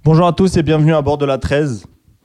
Bonjour à tous et bienvenue à bord de la 13.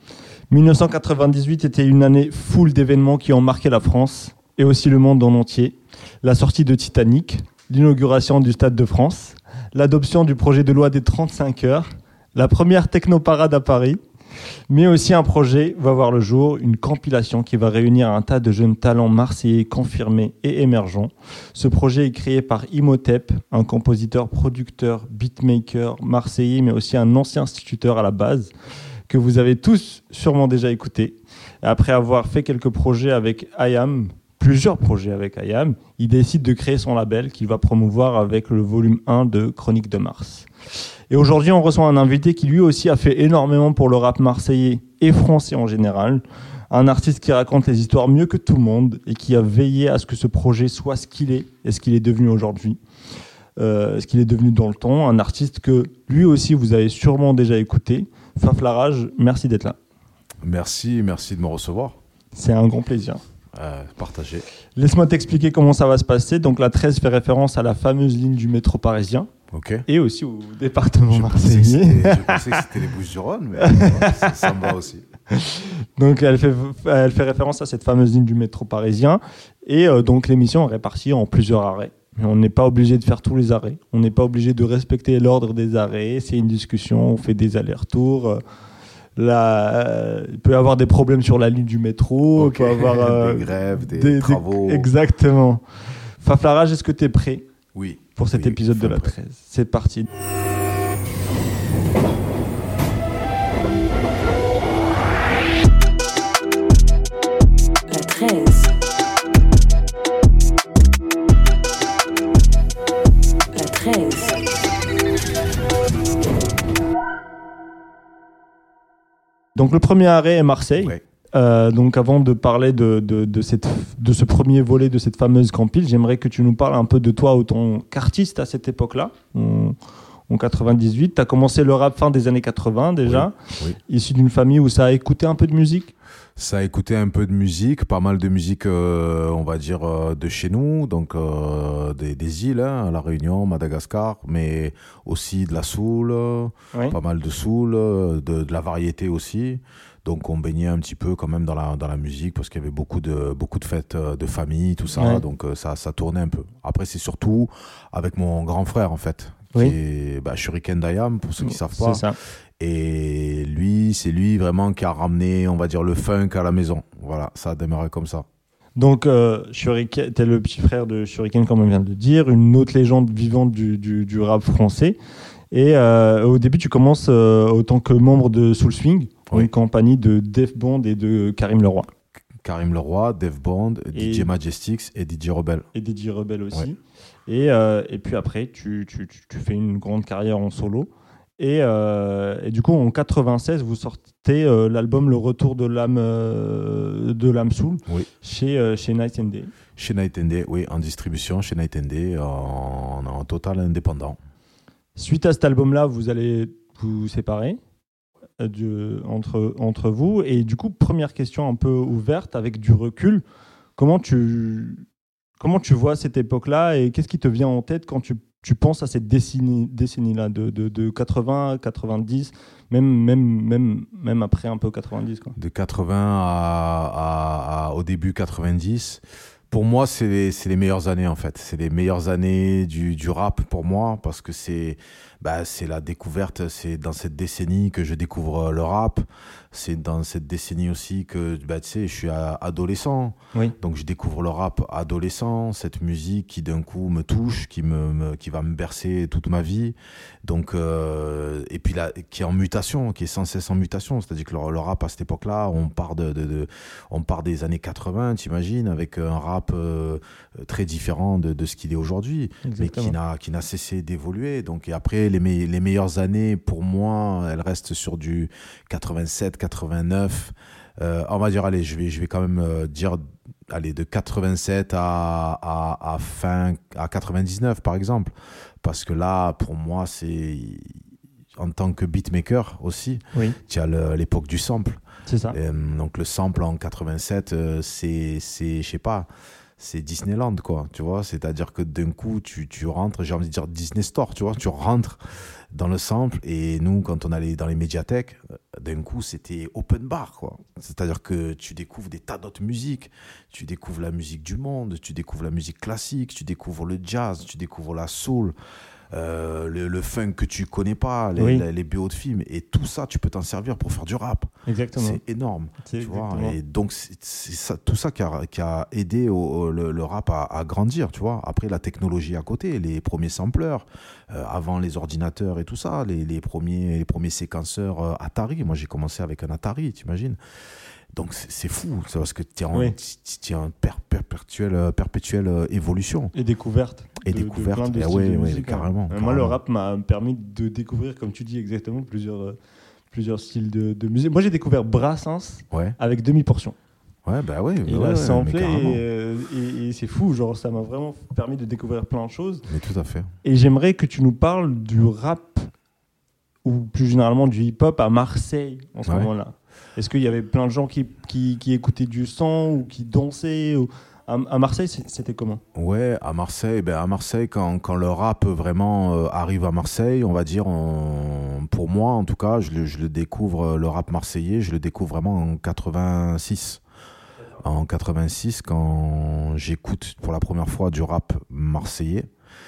1998 était une année full d'événements qui ont marqué la France et aussi le monde en entier. La sortie de Titanic, l'inauguration du Stade de France, l'adoption du projet de loi des 35 heures, la première technoparade à Paris, mais aussi un projet va voir le jour, une compilation qui va réunir un tas de jeunes talents marseillais confirmés et émergents. Ce projet est créé par Imhotep, un compositeur, producteur, beatmaker marseillais, mais aussi un ancien instituteur à la base, que vous avez tous sûrement déjà écouté. Après avoir fait quelques projets avec IAM, plusieurs projets avec IAM, il décide de créer son label qu'il va promouvoir avec le volume 1 de Chroniques de Mars. Et aujourd'hui, on reçoit un invité qui lui aussi a fait énormément pour le rap marseillais et français en général. Un artiste qui raconte les histoires mieux que tout le monde et qui a veillé à ce que ce projet soit ce qu'il est et ce qu'il est devenu aujourd'hui. Ce qu'il est devenu dans le temps. Un artiste que lui aussi, vous avez sûrement déjà écouté. Faf Larage, merci d'être là. Merci de me recevoir. C'est un grand plaisir. Partagé. Laisse-moi t'expliquer comment ça va se passer. Donc la 13 fait référence à la fameuse ligne du métro parisien. Okay. Et aussi au département marseillais. Je pensais que c'était les Bouches-du-Rhône, mais ça me va aussi. Donc elle fait référence à cette fameuse ligne du métro parisien. Et donc l'émission est répartie en plusieurs arrêts. Mais on n'est pas obligé de faire tous les arrêts. On n'est pas obligé de respecter l'ordre des arrêts. C'est une discussion, on fait des allers-retours. Il peut y avoir des problèmes sur la ligne du métro. Okay. Il peut y avoir des grèves, des travaux. Exactement. Faf Larage, est-ce que tu es prêt ? Oui. Pour cet épisode de la 13. C'est parti. La 13. La 13. Donc le premier arrêt est Marseille. Ouais. Donc avant de parler de ce premier volet de cette fameuse compile, j'aimerais que tu nous parles un peu de toi en tant qu'artiste à cette époque-là, en 98. Tu as commencé le rap fin des années 80 déjà, oui. Issu d'une famille où ça a écouté un peu de musique. Ça a écouté un peu de musique, pas mal de musique, on va dire, de chez nous, donc des îles, La Réunion, Madagascar, mais aussi de la soul, Oui. Pas mal de soul, de la variété aussi. Donc on baignait un petit peu quand même dans la musique parce qu'il y avait beaucoup de fêtes de famille, tout ça. Ouais. Donc ça tournait un peu. Après c'est surtout avec mon grand frère en fait, qui est Shuriken d'IAM pour ceux qui savent pas. C'est ça. Et c'est lui vraiment qui a ramené, on va dire, le funk à la maison. Voilà, ça a démarré comme ça. Donc Shuriken, t'es le petit frère de Shuriken comme on vient de le dire, une autre légende vivante du rap français. Et au début tu commences en tant que membre de Soul Swing. Oui. Une compagnie de Def Bond et de Karim Leroy. Karim Leroy, Def Bond, DJ Majestix et DJ Rebel. Et DJ Rebel aussi. Ouais. Et puis après, tu fais une grande carrière en solo. Et du coup, en 96, vous sortez l'album Le Retour de l'âme Soul chez Night and Day. Chez Night and Day, oui, en distribution chez Night and Day, en total indépendant. Suite à cet album-là, vous allez vous séparer entre vous. Et du coup, première question un peu ouverte, avec du recul, comment tu vois cette époque-là et qu'est-ce qui te vient en tête quand tu penses à cette décennie-là de 80 à 90, même après un peu 90 quoi. De 80 au début 90, pour moi, c'est les meilleures années en fait. C'est les meilleures années du rap pour moi parce que c'est la découverte. C'est dans cette décennie que je découvre le rap. C'est dans cette décennie aussi que tu sais, je suis adolescent. Oui. Donc je découvre le rap adolescent, cette musique qui d'un coup me touche, qui va me bercer toute ma vie. Donc et puis là, qui est en mutation, qui est sans cesse en mutation. C'est-à-dire que le rap à cette époque-là, on part des années 80, t'imagines, avec un rap très différent de ce qu'il est aujourd'hui. Exactement. Mais qui n'a cessé d'évoluer. Donc et après les meilleures années pour moi, elles restent sur du 87, 89. On va dire, allez, je vais quand même dire, allez, de 87 à 99 par exemple, parce que là pour moi c'est en tant que beatmaker aussi, tu as l'époque du sample. C'est ça. Donc le sample en 87, c'est je sais pas. c'est Disneyland, quoi, tu vois. C'est-à-dire que d'un coup, tu rentres, j'ai envie de dire Disney Store, tu vois. Tu rentres dans le sample et nous, quand on allait dans les médiathèques, d'un coup, c'était open bar, quoi. C'est-à-dire que tu découvres des tas d'autres musiques. Tu découvres la musique du monde, tu découvres la musique classique, tu découvres le jazz, tu découvres la soul. Le funk que tu connais pas, les BO de films, et tout ça, tu peux t'en servir pour faire du rap. Exactement. C'est énorme. C'est tu vois. exactement. Et donc, c'est ça, tout ça qui a aidé le rap à grandir, tu vois. Après, la technologie à côté, les premiers sampleurs, avant les ordinateurs et tout ça, les premiers séquenceurs Atari. Moi, j'ai commencé avec un Atari, t'imagines. Donc c'est fou, c'est parce que tu es en perpétuelle évolution. Et découverte. Et de découverte, plein de et styles ouais, de ouais, musique, carrément, hein. Moi, carrément. le rap m'a permis de découvrir, comme tu dis exactement, plusieurs styles de musique. Moi, j'ai découvert Brassens Ouais, avec demi-portion. ouais, bah ouais. Il ouais, a ouais, samplé mais carrément. et c'est fou, genre ça m'a vraiment permis de découvrir plein de choses. Mais tout à fait. Et j'aimerais que tu nous parles du rap, ou plus généralement du hip-hop à Marseille en ce Ouais. moment-là. Est-ce qu'il y avait plein de gens qui écoutaient du son ou qui dansaient à Marseille, c'était comment? Ouais, à Marseille, quand le rap vraiment arrive à Marseille, on va dire, pour moi en tout cas, je le découvre, le rap marseillais, je le découvre vraiment en 86. En 86, quand j'écoute pour la première fois du rap marseillais,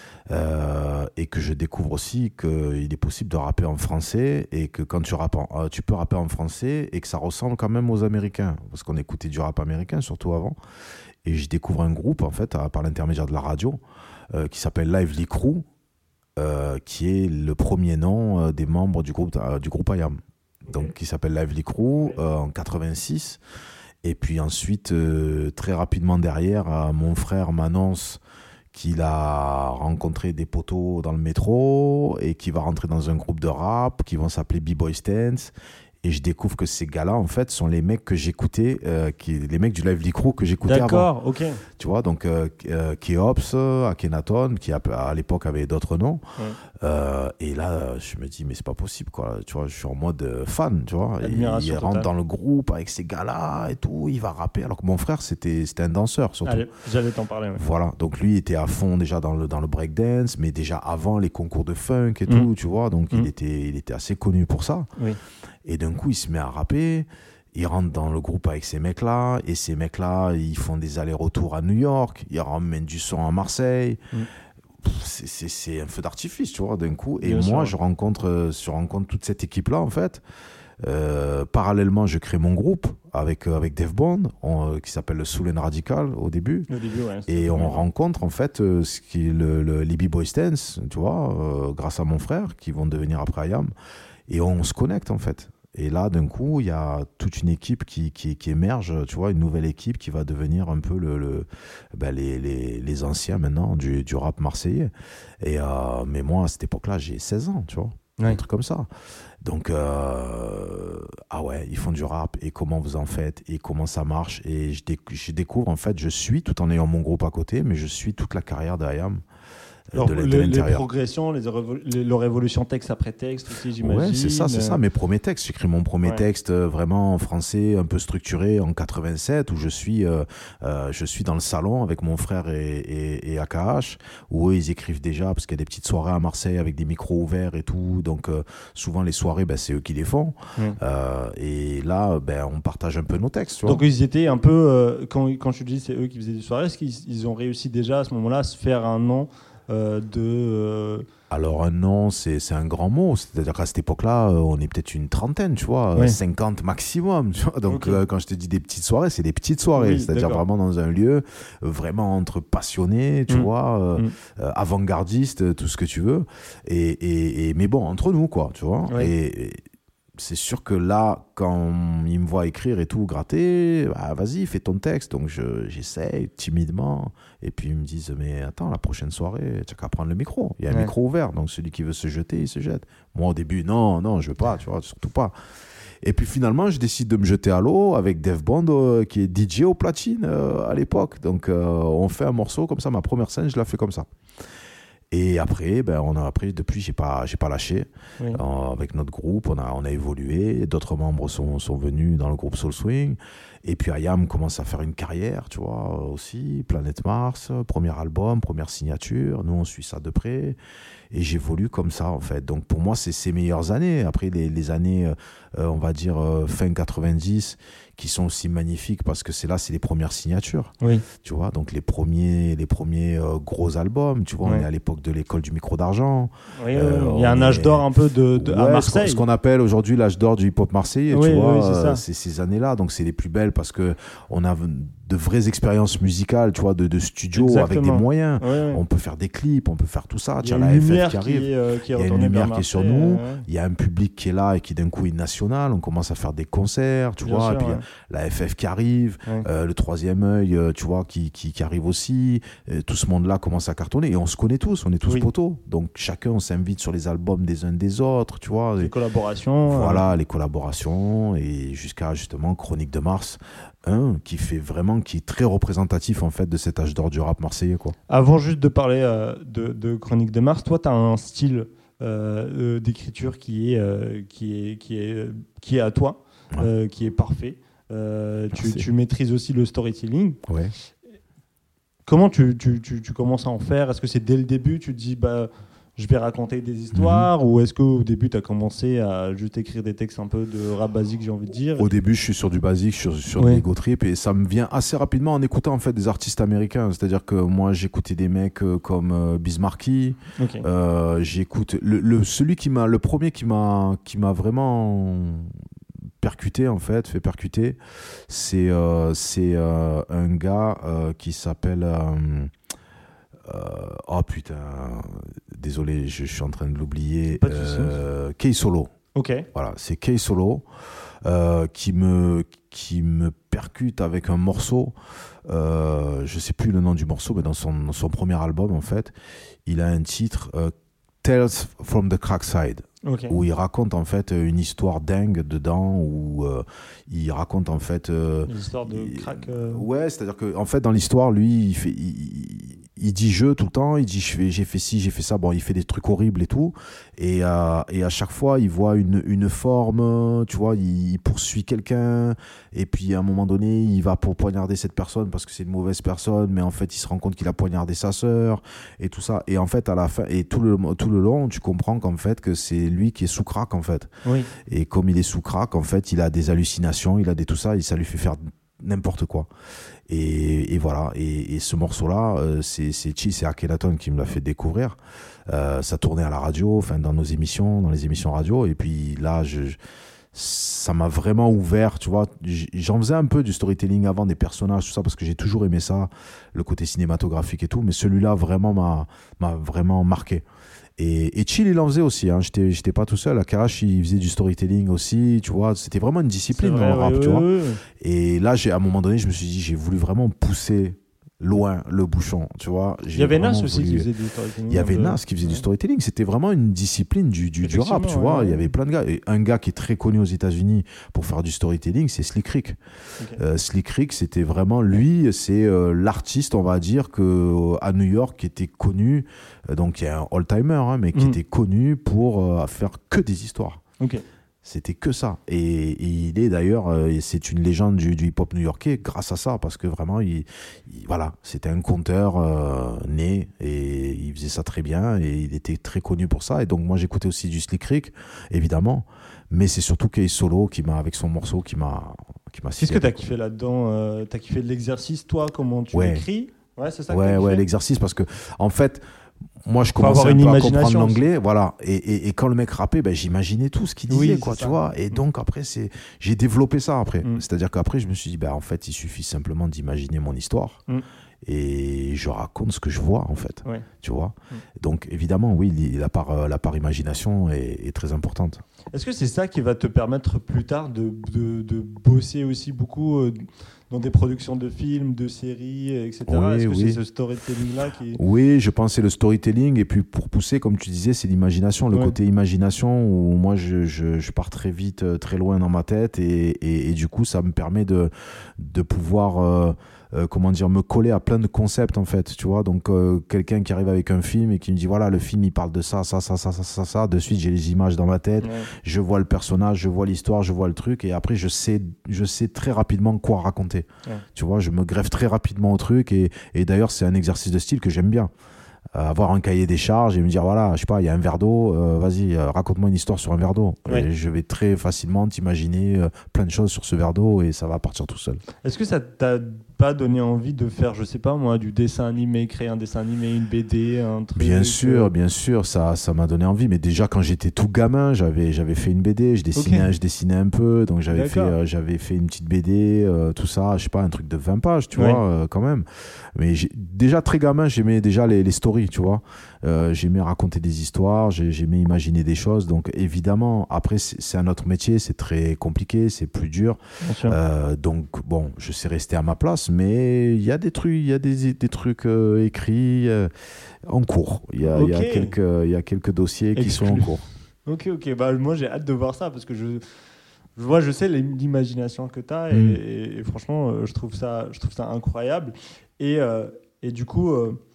et que je découvre aussi qu'il est possible de rapper en français, et que quand tu peux rapper en français et que ça ressemble quand même aux Américains, parce qu'on écoutait du rap américain surtout avant. Et je découvre un groupe, en fait, par l'intermédiaire de la radio, qui s'appelle Lively Crew, qui est le premier nom des membres du groupe IAM. Donc, qui s'appelle Lively Crew en 86. Et puis ensuite, très rapidement derrière, mon frère m'annonce qu'il a rencontré des potos dans le métro et qu'il va rentrer dans un groupe de rap qui vont s'appeler B-Boy Stance. Et je découvre que ces gars-là, en fait, sont les mecs que j'écoutais, les mecs du Lively Crew que j'écoutais avant. D'accord, ok. Tu vois, donc Keops, Akhenaton, qui à l'époque avait d'autres noms. Ouais. Et là, je me dis, mais c'est pas possible, quoi. Tu vois, je suis en mode fan, tu vois. Et Admiration il rentre totale. dans le groupe avec ces gars-là et tout, il va rapper. Alors que mon frère, c'était un danseur, surtout. Allez, j'allais t'en parler. Ouais. Voilà, donc lui était à fond déjà dans le breakdance, mais déjà avant les concours de funk et tout, tu vois, donc il était assez connu pour ça. Oui. Et d'un coup, il se met à rapper, il rentre dans le groupe avec ces mecs-là, et ces mecs-là, ils font des allers-retours à New York, ils ramènent du son à Marseille. C'est un feu d'artifice, tu vois, d'un coup. Et Bien moi, sûr. je rencontre toute cette équipe-là, en fait. Parallèlement, je crée mon groupe avec Def Bond, qui s'appelle le Soul and Radical au début. Au début, ouais. Et on rencontre en fait ce qui est les B-Boy Stance, tu vois, grâce à mon frère, qui vont devenir après IAM. Et on se connecte en fait. Et là, d'un coup, il y a toute une équipe qui émerge, tu vois, une nouvelle équipe qui va devenir un peu les anciens maintenant du rap marseillais. Et, mais moi, à cette époque-là, j'ai 16 ans, tu vois, un truc comme ça. Donc, ah ouais, ils font du rap, et comment vous en faites, et comment ça marche. Et je découvre, en fait, je suis, tout en ayant mon groupe à côté, mais je suis toute la carrière d'IAM. Alors, de les l'intérieur. progressions, leur évolution texte après texte aussi, j'imagine. Ouais, c'est ça, mes premiers textes. J'écris mon premier texte vraiment en français, un peu structuré, en 87, où je suis dans le salon avec mon frère et AKH, où eux, ils écrivent déjà, parce qu'il y a des petites soirées à Marseille avec des micros ouverts et tout, donc souvent les soirées, c'est eux qui les font. Et là, on partage un peu nos textes. Tu vois. Donc ils étaient un peu, quand je te dis c'est eux qui faisaient des soirées, est-ce qu'ils ont réussi déjà à ce moment-là à se faire un nom Alors un nom, c'est un grand mot. C'est-à-dire qu'à cette époque-là, on est peut-être une trentaine, tu vois, 50 maximum. Tu vois. Donc quand je te dis des petites soirées, c'est des petites soirées. Oui, c'est-à-dire vraiment dans un lieu, vraiment entre passionnés, tu vois, avant-gardistes, tout ce que tu veux. Mais bon, entre nous, quoi, tu vois. Et c'est sûr que là, quand ils me voient écrire et tout, gratter, vas-y, fais ton texte. Donc j'essaye timidement. Et puis ils me disent, mais attends, la prochaine soirée, tu n'as qu'à prendre le micro. Il y a un micro ouvert. Donc celui qui veut se jeter, il se jette. Moi, au début, non, je veux pas, tu vois, surtout pas. Et puis finalement, je décide de me jeter à l'eau avec Def Bond, qui est DJ au platine à l'époque. Donc on fait un morceau comme ça. Ma première scène, je la fais comme ça. Et après, depuis, j'ai pas lâché. Oui. Avec notre groupe, on a évolué. D'autres membres sont venus dans le groupe Soul Swing. Et puis Ayam commence à faire une carrière, tu vois, aussi. Planète Mars, premier album, première signature. Nous, on suit ça de près. Et j'évolue comme ça, en fait. Donc, pour moi, c'est ces meilleures années. Après, les années, on va dire, fin 90, qui sont aussi magnifiques parce que c'est les premières signatures. Oui. Tu vois, donc les premiers gros albums, tu vois, on est à l'époque de l'école du micro d'argent. Oui, il y a un âge d'or un peu à Marseille. Ce qu'on appelle aujourd'hui l'âge d'or du hip-hop marseillais, oui, tu vois, c'est ça. C'est ces années-là, donc c'est les plus belles parce que on a de vraies expériences musicales, tu vois, de studio. Exactement. Avec des moyens. Oui. On peut faire des clips, on peut faire tout ça. Il y a une lumière qui arrive. Il y a une lumière qui est sur nous. Il y a un public qui est là et qui d'un coup est national. On commence à faire des concerts, tu vois. Et puis la FF qui arrive, le Troisième œil, tu vois, qui arrive aussi. Tout ce monde-là commence à cartonner et on se connaît tous. On est tous poteaux. Donc chacun, on s'invite sur les albums des uns des autres, tu vois. Les collaborations. Voilà, les collaborations et jusqu'à justement Chronique de Mars. Qui est très représentatif en fait de cet âge d'or du rap marseillais, quoi. Avant juste de parler de Chronique de Mars, toi tu as un style d'écriture qui est à toi, qui est parfait. Tu maîtrises aussi le storytelling. Ouais. Comment tu commences à en faire? Est-ce que c'est dès le début, tu te dis je vais raconter des histoires, ou est-ce qu'au début tu as commencé à juste écrire des textes un peu de rap basique, j'ai envie de dire? Au début, je suis sur du basique, sur de l'ego trip, et ça me vient assez rapidement en écoutant en fait des artistes américains. C'est-à-dire que moi j'écoutais des mecs comme Biz Markie. Okay. J'écoute le premier qui m'a vraiment percuté en fait, fait percuter, c'est un gars qui s'appelle oh putain, désolé, je suis en train de l'oublier. Kay Solo. Ok. Voilà, c'est Kay Solo qui me percute avec un morceau. Je sais plus le nom du morceau, mais dans son premier album en fait, il a un titre Tales from the Crack Side. Okay. Où il raconte en fait une histoire dingue dedans, où il raconte en fait une histoire de crack. Ouais, c'est-à-dire que en fait dans l'histoire, lui, il dit je tout le temps, il dit j'ai fait ci, j'ai fait ça. Bon, il fait des trucs horribles et tout, et à chaque fois il voit une forme, tu vois, il poursuit quelqu'un, et puis à un moment donné il va pour poignarder cette personne parce que c'est une mauvaise personne, mais en fait il se rend compte qu'il a poignardé sa sœur et tout ça, et en fait à la fin et tout le long tu comprends qu'en fait que c'est lui qui est sous crack en fait. Oui. Et comme il est sous crack, en fait il a des hallucinations, il a des tout ça, et ça lui fait faire n'importe quoi. Et voilà, et ce morceau-là, c'est Akhenaton qui me l'a fait découvrir. Ça tournait à la radio, enfin dans les émissions radio, et puis là, ça m'a vraiment ouvert, tu vois. J'en faisais un peu du storytelling avant, des personnages, tout ça, parce que j'ai toujours aimé ça, le côté cinématographique et tout, mais celui-là vraiment m'a vraiment marqué. Et Chill, il en faisait aussi, hein. J'étais pas tout seul. Akarash, il faisait du storytelling aussi, tu vois. C'était vraiment une discipline dans le rap, tu vois. Et là, à un moment donné, je me suis dit, j'ai voulu vraiment pousser loin le bouchon, tu vois. Il y avait Nas aussi qui faisait du storytelling. Il y avait Nas qui faisait du storytelling. C'était vraiment une discipline du rap, tu vois. Il y avait plein de gars. Et un gars qui est très connu aux États-Unis pour faire du storytelling, c'est Slick Rick. Okay. Slick Rick, c'était vraiment lui, c'est l'artiste, on va dire, à New York, qui était connu, donc il y a un all-timer, hein, mais qui était connu pour faire que des histoires. Ok. C'était que ça. Et il est d'ailleurs, c'est une légende du hip-hop new-yorkais grâce à ça, parce que vraiment, voilà, c'était un conteur né, et il faisait ça très bien, et il était très connu pour ça. Et donc moi, j'écoutais aussi du Slick Rick, évidemment, mais c'est surtout Kay Solo avec son morceau qui m'a Qu'est-ce que tu as kiffé là-dedans? Tu as kiffé de l'exercice, toi? Comment tu écris? Ouais, c'est ça. Ouais, l'exercice, parce que en fait, moi, je commençais un peu à comprendre l'anglais, voilà. Et quand le mec rappait, j'imaginais tout ce qu'il disait, quoi, tu vois. Et donc après, j'ai développé ça après. C'est-à-dire qu'après, je me suis dit, en fait, il suffit simplement d'imaginer mon histoire. Et je raconte ce que je vois, en fait. Tu vois. Donc évidemment, oui, la part imagination est très importante. Est-ce que c'est ça qui va te permettre plus tard de bosser aussi beaucoup dans des productions de films, de séries, etc. Oui, Est-ce que oui. c'est ce storytelling-là qui... Oui, je pense que c'est le storytelling et puis pour pousser, comme tu disais, c'est l'imagination, le Ouais. côté imagination où moi je pars très vite, très loin dans ma tête et du coup ça me permet de pouvoir comment dire, me coller à plein de concepts en fait, tu vois. Donc quelqu'un qui arrive avec un film et qui me dit voilà, le film il parle de ça, de suite j'ai les images dans ma tête, Ouais. je vois le personnage, je vois l'histoire, je vois le truc et après je sais très rapidement quoi raconter. Ouais. Tu vois, je me greffe très rapidement au truc et d'ailleurs c'est un exercice de style que j'aime bien. Avoir un cahier des charges et me dire voilà, je sais pas, il y a un verre d'eau, vas-y, raconte-moi une histoire sur un verre d'eau. Ouais. Et je vais très facilement t'imaginer plein de choses sur ce verre d'eau et ça va partir tout seul. Est-ce que ça t'a pas donné envie de faire, je sais pas moi, du dessin animé, créer un dessin animé, une BD, un truc Bien sûr, ça m'a donné envie. Mais déjà quand j'étais tout gamin, j'avais fait une BD, je dessinais un peu, donc j'avais fait une petite BD, tout ça, je sais pas, un truc de 20 pages, tu vois, quand même. Mais déjà très gamin, j'aimais déjà les stories, tu vois. J'aimais raconter des histoires, j'aimais imaginer des choses. Donc évidemment, après c'est un autre métier, c'est très compliqué, c'est plus dur. Bien sûr. Donc bon, je sais rester à ma place, mais il y a des trucs, des trucs écrits en cours. Il y a quelques dossiers qui sont en cours. Ok. Bah, moi, j'ai hâte de voir ça parce que je sais l'imagination que tu as et franchement, je trouve ça incroyable. Et du coup,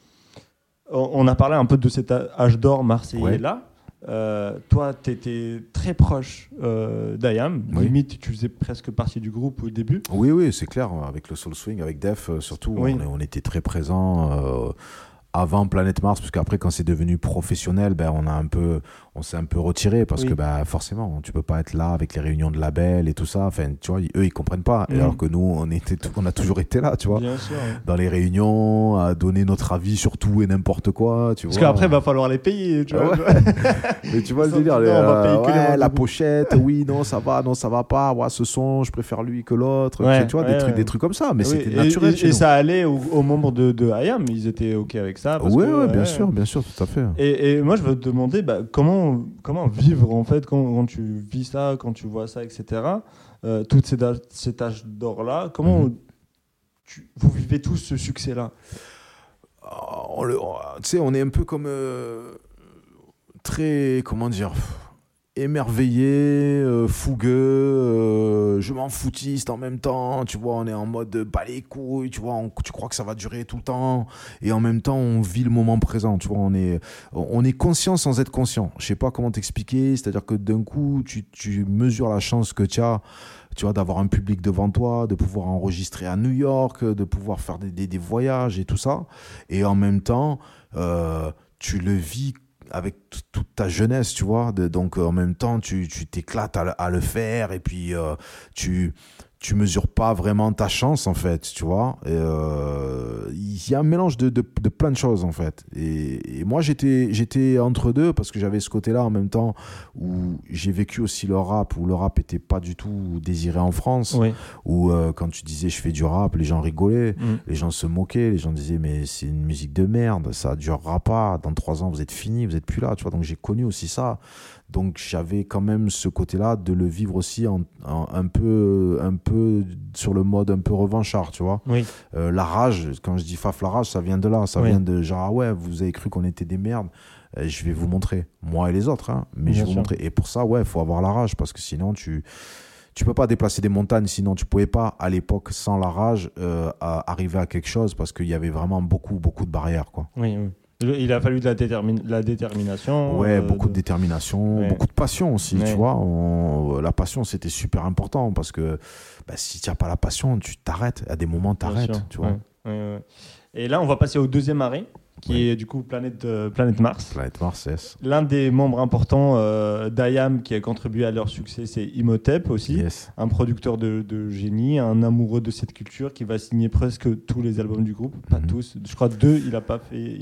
on a parlé un peu de cet âge d'or marseillais-là. Toi, tu étais très proche d'IAM. Oui. Limite, tu faisais presque partie du groupe au début. Oui, c'est clair. Avec le Soul Swing, avec Def, surtout, Oui. on était très présents. Avant Planète Mars, parce qu'après quand c'est devenu professionnel, ben on s'est un peu retiré parce que ben forcément tu peux pas être là avec les réunions de label et tout ça. Enfin tu vois, eux ils comprennent pas. Et alors que nous on a toujours été là, tu vois. Bien sûr. Dans les réunions, à donner notre avis sur tout et n'importe quoi, tu vois. Parce qu'après il va falloir les payer, tu vois. Mais tu vois le délire, on va payer que les membres la du groupe. pochette, oui, non, ça va pas, ouais, ce son, je préfère lui que l'autre, tu vois, des trucs comme ça, mais c'était naturel chez et nous. ça allait aux membres de IAM, ils étaient OK avec ça. Oui, bien sûr, tout à fait. Et moi, je veux te demander comment vivre, en fait, quand tu vis ça, quand tu vois ça, etc. Tout cet âge d'or-là, comment vous vivez tous ce succès-là? Tu sais, on est un peu comme très, comment dire, émerveillé, fougueux, je m'en foutiste en même temps, tu vois, on est en mode bas les couilles, tu vois, tu crois que ça va durer tout le temps, et en même temps on vit le moment présent, tu vois, on est conscient sans être conscient. Je sais pas comment t'expliquer, c'est-à-dire que d'un coup tu mesures la chance que tu as, tu vois, d'avoir un public devant toi, de pouvoir enregistrer à New York, de pouvoir faire des voyages et tout ça, et en même temps tu le vis avec toute ta jeunesse, tu vois, donc en même temps tu t'éclates à le faire et puis tu mesures pas vraiment ta chance en fait, tu vois. Il y a un mélange de plein de choses en fait, et moi j'étais entre deux parce que j'avais ce côté-là en même temps où j'ai vécu aussi le rap, où le rap était pas du tout désiré en France, où quand tu disais je fais du rap, les gens rigolaient, les gens se moquaient, les gens disaient mais c'est une musique de merde, ça durera pas, dans 3 ans vous êtes fini, vous êtes plus là, tu vois. Donc j'ai connu aussi ça. Donc j'avais quand même ce côté-là de le vivre aussi un peu sur le mode un peu revanchard, tu vois. La rage, quand je dis faf la rage, ça vient de là, ça vient de genre ah ouais, vous avez cru qu'on était des merdes, je vais vous montrer, moi et les autres, hein, mais je vais vous montrer. Et pour ça, faut avoir la rage parce que sinon tu peux pas déplacer des montagnes, sinon tu pouvais pas à l'époque sans la rage arriver à quelque chose parce qu'il y avait vraiment beaucoup de barrières, quoi. Il a fallu de la détermination. Beaucoup de détermination, beaucoup de passion aussi, tu vois. La passion, c'était super important parce que si tu n'as pas la passion, tu t'arrêtes. À des moments, tu t'arrêtes, tu vois. Et là, on va passer au deuxième arrêt, qui est du coup Planète Mars. Planète Mars, yes. L'un des membres importants d'IAM qui a contribué à leur succès, c'est Imhotep aussi, un producteur de génie, un amoureux de cette culture qui va signer presque tous les albums du groupe, pas tous, je crois 2, il a pas fait.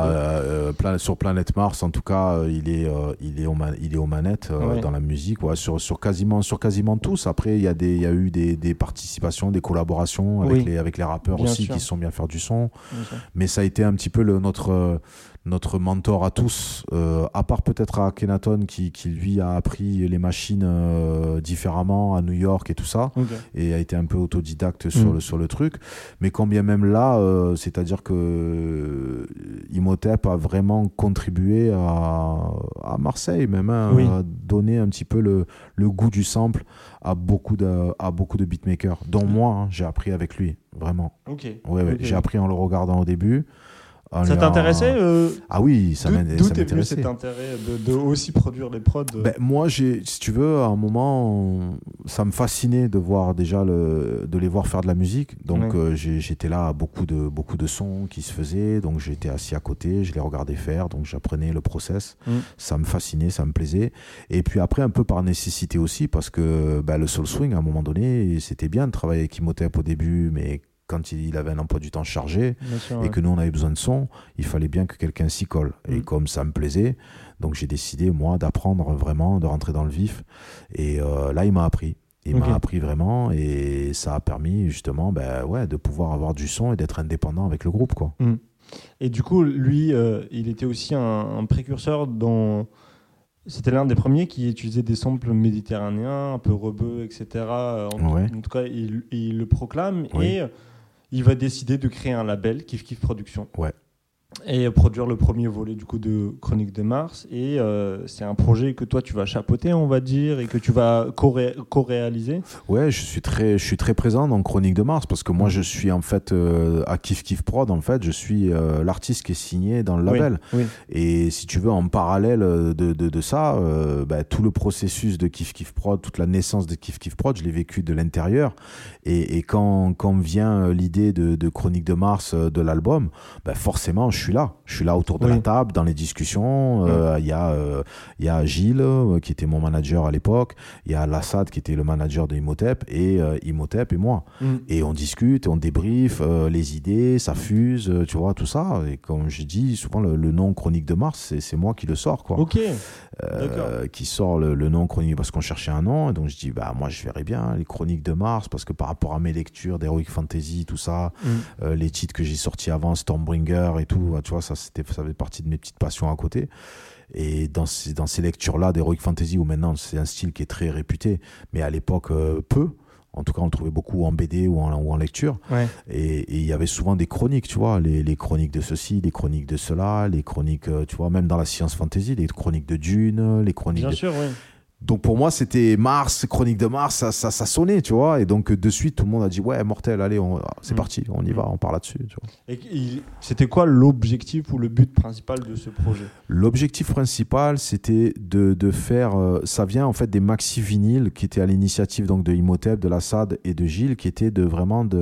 Sur Planète Mars, en tout cas, il est aux manettes dans la musique, sur quasiment tous. Après, il y a eu des participations, des collaborations avec les rappeurs bien aussi sûr. Qui sont bien faire du son, mais ça a été un petit peu notre mentor à tous, à part peut-être à Akhenaton qui lui a appris les machines différemment à New York et tout ça, et a été un peu autodidacte sur le truc. Mais quand bien même là, c'est-à-dire que Imhotep a vraiment contribué à Marseille même, à donner un petit peu le goût du sample à beaucoup de beatmakers, dont moi, j'ai appris avec lui, vraiment. J'ai appris en le regardant au début. Ça t'intéressait Ah oui, ça m'intéressait. D'où t'es venu cet intérêt de aussi produire les prods Moi, si tu veux, à un moment, ça me fascinait de voir déjà de les voir faire de la musique. Donc, j'étais là à beaucoup de sons qui se faisaient. Donc, j'étais assis à côté, je les regardais faire. Donc, j'apprenais le process. Ça me fascinait, ça me plaisait. Et puis après, un peu par nécessité aussi, parce que le soul swing, à un moment donné, c'était bien de travailler avec Imhotep au début, mais quand il avait un emploi du temps chargé et que nous on avait besoin de son, il fallait bien que quelqu'un s'y colle. Et comme ça me plaisait, donc j'ai décidé moi d'apprendre vraiment, de rentrer dans le vif. Et là il m'a appris. Il m'a appris vraiment, et ça a permis justement de pouvoir avoir du son et d'être indépendant avec le groupe, quoi. Et du coup lui il était aussi un précurseur dans... C'était l'un des premiers qui utilisait des samples méditerranéens, un peu rebeux, etc. En tout cas, il le proclame, et il va décider de créer un label, Kif Kif Productions, et produire le premier volet du coup de Chroniques de Mars. Et c'est un projet que toi tu vas chapeauter, on va dire, et que tu vas co-réaliser. Ouais, je suis très présent dans Chroniques de Mars, parce que moi je suis en fait à Kif Kif Prod, en fait je suis l'artiste qui est signé dans le label. Et si tu veux, en parallèle de ça, tout le processus de Kif Kif Prod, toute la naissance de Kif Kif Prod, je l'ai vécu de l'intérieur. Et quand vient l'idée de Chroniques de Mars, de l'album, forcément je suis là autour de la table dans les discussions. Il y a Gilles qui était mon manager à l'époque, il y a Lassad qui était le manager de Imhotep, et Imhotep et moi, et on discute, on débriefe les idées, ça fuse, tu vois, tout ça. Et comme je dis souvent, le nom Chronique de Mars, c'est moi qui le sors, quoi. Qui sort le nom Chronique, parce qu'on cherchait un nom, et donc je dis moi je verrais bien les Chroniques de Mars, parce que par rapport à mes lectures d'Heroic Fantasy, tout ça, les titres que j'ai sortis avant, Stormbringer et tout, tu vois, ça fait partie de mes petites passions à côté. Et dans ces lectures-là d'Heroic Fantasy, où maintenant c'est un style qui est très réputé, mais à l'époque peu. En tout cas, on le trouvait beaucoup en BD ou en lecture. Et il y avait souvent des chroniques, tu vois, les chroniques de ceci, les chroniques de cela, les chroniques, tu vois, même dans la science fantasy, les chroniques de Dune, les chroniques Bien sûr, oui. Donc pour moi, c'était Mars, Chronique de Mars, ça sonnait, tu vois. Et donc de suite, tout le monde a dit ouais, mortel, allez, c'est parti, on y va, on part là-dessus. Tu vois. Et c'était quoi l'objectif ou le but principal de ce projet ? L'objectif principal, c'était de faire, ça vient en fait des maxi vinyles qui étaient à l'initiative donc de Imhotep, de Lassad et de Gilles, qui étaient de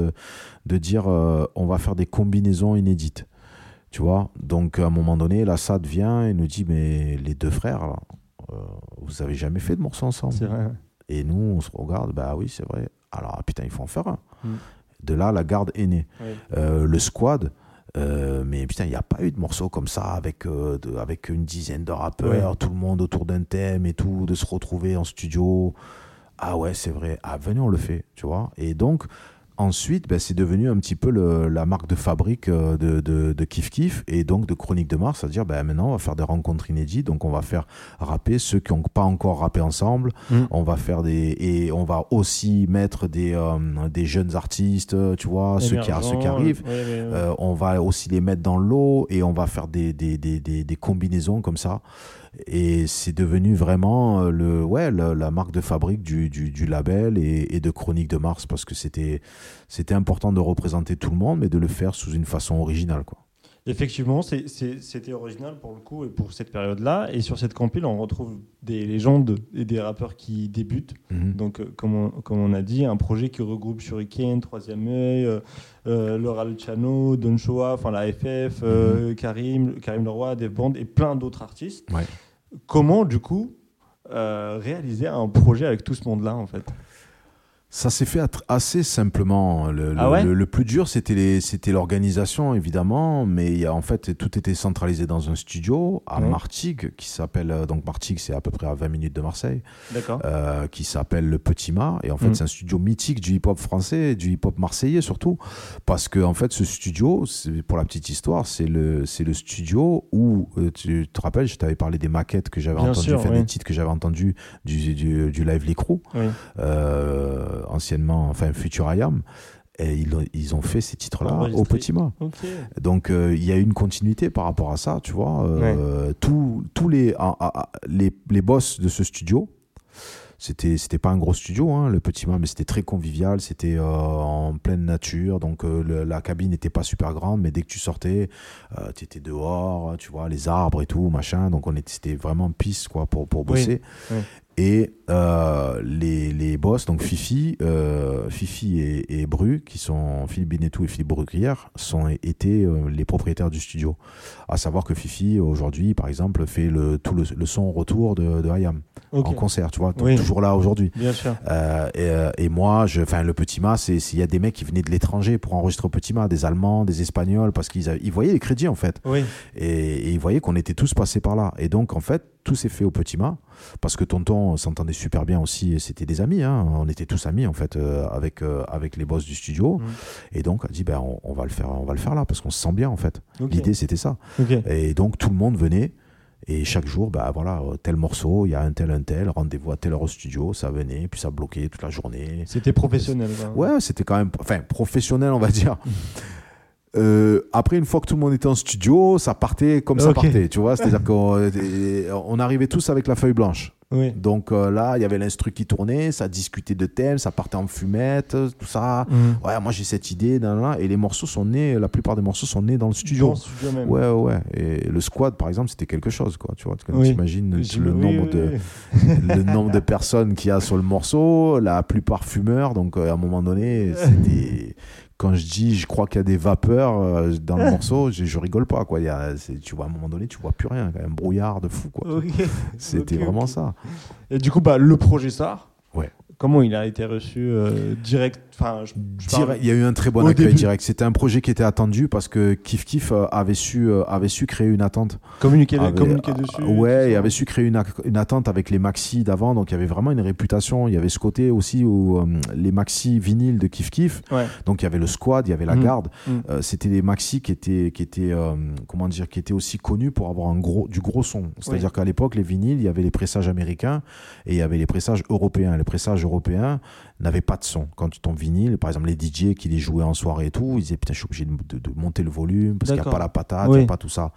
dire on va faire des combinaisons inédites. Tu vois, donc à un moment donné, Lassad vient et nous dit mais les deux frères là, vous avez jamais fait de morceaux ensemble. C'est vrai. Et nous, on se regarde, oui, c'est vrai. Alors, putain, il faut en faire un. De là, la garde est née. Le squad, mais putain, il n'y a pas eu de morceaux comme ça avec une dizaine de rappeurs, tout le monde autour d'un thème et tout, de se retrouver en studio. Ah ouais, c'est vrai. Ah, venez, on le fait, tu vois. Et donc, ensuite, c'est devenu un petit peu la marque de fabrique de Kif Kif, et donc de Chronique de Mars, c'est-à-dire maintenant on va faire des rencontres inédites, donc on va faire rapper ceux qui n'ont pas encore rappé ensemble, on va faire et on va aussi mettre des jeunes artistes, tu vois, ceux qui arrivent, on va aussi les mettre dans l'eau, et on va faire des combinaisons comme ça. Et c'est devenu vraiment la marque de fabrique du label et de Chronique de Mars, parce que c'était important de représenter tout le monde, mais de le faire sous une façon originale, quoi. Effectivement, c'était original pour le coup et pour cette période-là. Et sur cette compile, on retrouve des légendes et des rappeurs qui débutent. Donc, comme on a dit, un projet qui regroupe Shuriken, Troisième Œil, Laura Luciano, Don Shoa, enfin la FF, Karim Leroy, Dave Band et plein d'autres artistes. Comment, du coup, réaliser un projet avec tout ce monde-là, en fait ? Ça s'est fait assez simplement. Ah ouais Le plus dur, c'était l'organisation, évidemment, mais en fait, tout était centralisé dans un studio à Martigues, qui s'appelle... donc Martigues, c'est à peu près à 20 minutes de Marseille, D'accord. qui s'appelle le Petit Mât. Et en fait, c'est un studio mythique du hip-hop français, du hip-hop marseillais surtout, parce que en fait, ce studio, pour la petite histoire, c'est le studio où, tu te rappelles, je t'avais parlé des maquettes que j'avais entendues, des titres que j'avais entendus du Live L'écrou. Oui. Anciennement, enfin Future IAM, et ils ont fait ces titres-là au Petit Mât. Okay. Donc il y a eu une continuité par rapport à ça, tu vois. Tous les boss de ce studio, c'était pas un gros studio, hein, le Petit Mât, mais c'était très convivial, c'était en pleine nature, donc la cabine n'était pas super grande, mais dès que tu sortais, tu étais dehors, tu vois, les arbres et tout, machin, donc c'était vraiment piste quoi pour bosser. Oui. Et les boss, donc Fifi et Bru, qui sont Philippe Benetou et Philippe Bruguière, étaient les propriétaires du studio. À savoir que Fifi, aujourd'hui, par exemple, fait tout le son retour de IAM en concert, tu vois, toujours là aujourd'hui. Bien sûr. Et moi, le Petit Mât, il y a des mecs qui venaient de l'étranger pour enregistrer au Petit Mât, des Allemands, des Espagnols, parce qu'ils voyaient les crédits, en fait. Oui. Et ils voyaient qu'on était tous passés par là. Et donc, en fait, tout s'est fait au Petit Mât, parce que Tonton s'entendait super bien aussi, c'était des amis, hein. On était tous amis en fait avec les boss du studio, et donc a dit on va le faire là parce qu'on se sent bien en fait. L'idée c'était ça. Et donc tout le monde venait, et chaque jour voilà, tel morceau, il y a un tel, rendez-vous à telle heure au studio, ça venait, puis ça bloquait toute la journée. C'était professionnel. Ouais, c'était quand même professionnel, on va dire. Après, une fois que tout le monde était en studio, ça partait comme ça partait, tu vois, c'est-à-dire qu'on arrivait tous avec la feuille blanche. Oui. Donc là, il y avait l'instru qui tournait, ça discutait de thèmes, ça partait en fumette, tout ça. Ouais, moi j'ai cette idée, et les morceaux sont nés, la plupart des morceaux sont nés dans le studio. Dans le studio même. Ouais. Et le squad, par exemple, c'était quelque chose, quoi. Tu vois, quand tu imagines le nombre de personnes qu'il y a sur le morceau, la plupart fumeurs, donc à un moment donné, c'était. Quand je crois qu'il y a des vapeurs dans le morceau, je rigole pas, quoi. Tu vois, à un moment donné, tu vois plus rien, quand même, un brouillard de fou, quoi. C'était vraiment ça. Et du coup, le projet SAR, ouais. Comment il a été reçu direct? Il y a eu un très bon accueil direct. C'était un projet qui était attendu parce que Kif Kif avait su créer une attente. Communiquer dessus. Ouais, et avait su créer une attente avec les maxi d'avant. Donc il y avait vraiment une réputation. Il y avait ce côté aussi où les maxi vinyles de Kif Kif. Ouais. Donc il y avait le squad, il y avait la garde. C'était des maxi qui étaient aussi connus pour avoir du gros son. C'est-à-dire qu'à l'époque, les vinyles, il y avait les pressages américains et il y avait les pressages européens. Les pressages européens n'avaient pas de son. Quand tu tombes vinyle, par exemple les DJ qui les jouaient en soirée et tout, ils disaient putain, je suis obligé de monter le volume parce qu'il n'y a pas la patate, il n'y a pas tout ça.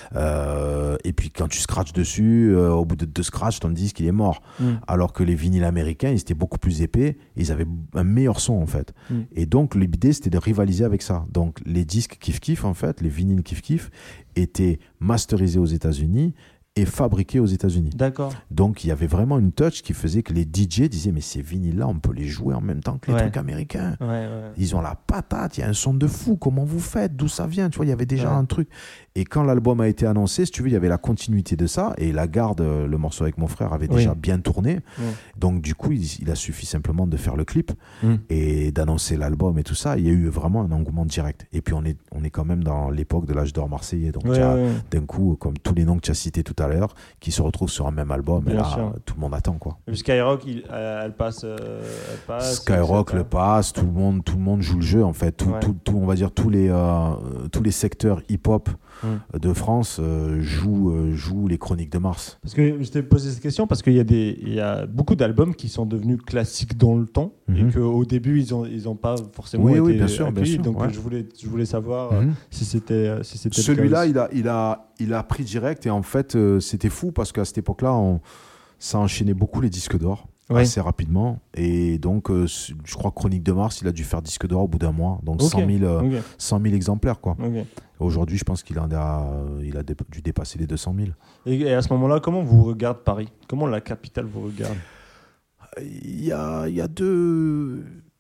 Et puis quand tu scratches dessus, au bout de 2 scratchs, ton disque il est mort. Alors que les vinyles américains, ils étaient beaucoup plus épais, ils avaient un meilleur son en fait. Et donc l'idée c'était de rivaliser avec ça. Donc les disques Kif Kif en fait, les vinyles Kif Kif étaient masterisés aux États-Unis et fabriqué aux États-Unis. D'accord. Donc il y avait vraiment une touch qui faisait que les DJ disaient mais ces vinyles-là, on peut les jouer en même temps que les trucs américains. Ils ont la patate, il y a un son de fou, comment vous faites, d'où ça vient, tu vois, il y avait déjà un truc. Et quand l'album a été annoncé, si tu veux, il y avait la continuité de ça, et La Garde, le morceau avec mon frère, avait déjà bien tourné. Donc du coup, il a suffi simplement de faire le clip et d'annoncer l'album et tout ça. Il y a eu vraiment un engouement direct. Et puis on est quand même dans l'époque de l'âge d'or marseillais. Donc d'un coup, comme tous les noms que tu as cités tout à l'heure, qui se retrouvent sur un même album, et là, tout le monde attend, quoi. Le Skyrock, elle passe. Skyrock le passe, tout le monde joue le jeu, en fait. On va dire tous les secteurs hip-hop de France jouent les Chroniques de Mars. Parce que je t'ai posé cette question parce qu'il y a beaucoup d'albums qui sont devenus classiques dans le temps et qu'au début ils ont pas forcément été bien sûr, accueillis. Bien sûr, donc je voulais savoir si c'était celui-là il a pris direct, et en fait c'était fou parce qu'à cette époque-là ça enchaînait beaucoup les disques d'or. Assez rapidement, et donc je crois que Chronique de Mars il a dû faire disque d'or au bout d'un mois, donc 100 000 exemplaires, quoi. Aujourd'hui je pense qu'il a dû dépasser les 200 000. Et à ce moment-là, comment vous regarde Paris? Comment la capitale vous regarde? Il y a deux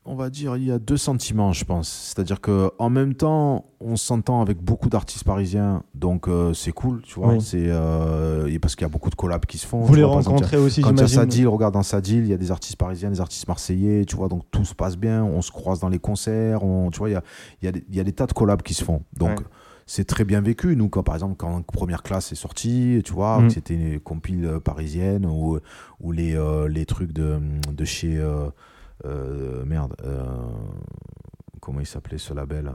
on va dire, il y a deux sentiments, je pense. C'est-à-dire qu'en même temps, on s'entend avec beaucoup d'artistes parisiens, donc c'est cool, tu vois. Oui. Parce qu'il y a beaucoup de collabs qui se font. Vous tu les vois, par exemple, rencontrez aussi, quand il y a j'imagine. Sadil, regarde dans Sadil, il y a des artistes parisiens, des artistes marseillais, tu vois, donc tout se passe bien, on se croise dans les concerts, tu vois, il y a des tas de collabs qui se font. Donc, Ouais. c'est très bien vécu. Nous, par exemple, quand Première Classe est sorti, tu vois, c'était une compile parisienne ou les trucs de chez... merde, comment il s'appelait ce label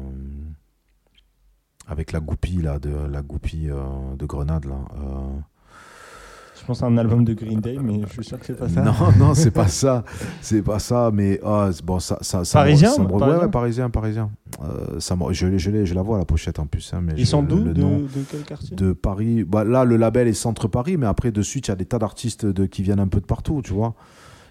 avec la goupille là, de Grenade là. Je pense à un album de Green Day, mais je suis sûr que c'est pas ça. Non, c'est pas ça. C'est pas ça, mais bon, ça Parisien, ouais, parisien. Je la vois à la pochette en plus. Hein, mais Ils sont d'où, le de nom quel quartier? de Paris. Bah, là, le label est Centre Paris, mais après, de suite, il y a des tas d'artistes qui viennent un peu de partout, tu vois.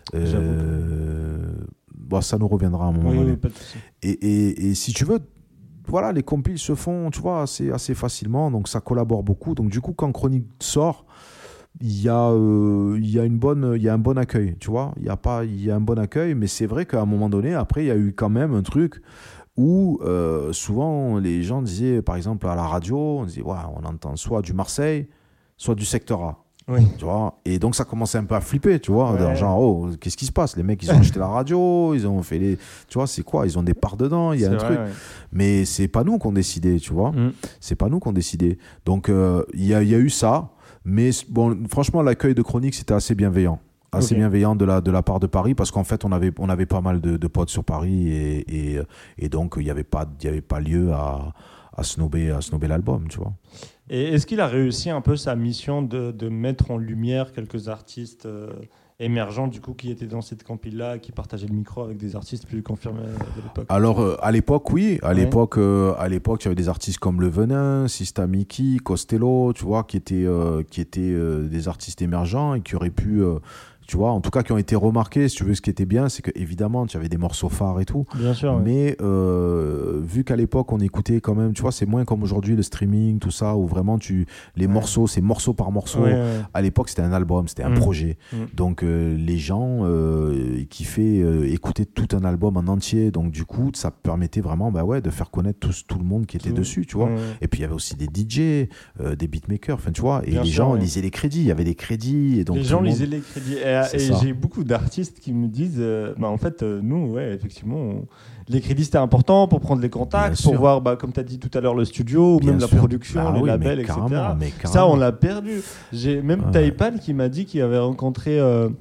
Bon, ça nous reviendra à un moment donné. Oui, pas de souci. Et si tu veux, voilà, les compiles se font, tu vois, assez facilement, donc ça collabore beaucoup. Donc du coup, quand Chronique sort, il y a un bon accueil, tu vois. Il y a un bon accueil, mais c'est vrai qu'à un moment donné, après, il y a eu quand même un truc où souvent les gens disaient, par exemple à la radio, on disait, ouais, on entend soit du Marseille, soit du secteur A. Oui. Tu vois, et donc ça commençait un peu à flipper, tu vois, Ouais. genre, oh, qu'est-ce qui se passe? Les mecs, ils ont acheté la radio, ils ont fait les, tu vois, c'est quoi? Ils ont des parts dedans, il y a un truc. Ouais. Mais c'est pas nous qu'on décidait, tu vois. C'est pas nous qu'on décidait. Donc il y a eu ça, mais bon, franchement, l'accueil de Chronique, c'était assez bienveillant. Assez bienveillant de la part de Paris, parce qu'en fait, on avait pas mal de potes sur Paris, et donc il y avait pas lieu à snobber l'album, tu vois. Et est-ce qu'il a réussi un peu sa mission de mettre en lumière quelques artistes émergents du coup qui étaient dans cette compile-là, qui partageaient le micro avec des artistes plus confirmés de l'époque? Alors à l'époque, oui. À l'époque, il y avait des artistes comme Le Venin, Sista Miki, Costello, tu vois, qui étaient des artistes émergents et qui auraient pu tu vois, en tout cas qui ont été remarqués. Si tu veux, ce qui était bien, c'est que évidemment tu avais des morceaux phares et tout. Bien sûr. Mais vu qu'à l'époque on écoutait quand même, tu vois, c'est moins comme aujourd'hui le streaming, tout ça, où vraiment les morceaux, c'est morceau par morceau. À l'époque c'était un album, c'était un projet. Donc les gens kiffaient écouter tout un album en entier. Donc du coup ça permettait vraiment de faire connaître tout le monde qui était dessus, tu vois. Et puis il y avait aussi des DJ, des beatmakers, enfin tu vois, et les gens lisaient les crédits, il y avait des crédits, et donc les gens lisaient les crédits. Et ça. j'ai beaucoup d'artistes qui me disent en fait, nous, effectivement, les crédits c'était important pour prendre les contacts, pour voir, comme tu as dit tout à l'heure, le studio, ou même la production, les labels, etc. Ça, on l'a perdu. J'ai même Taipan qui m'a dit qu'il avait rencontré.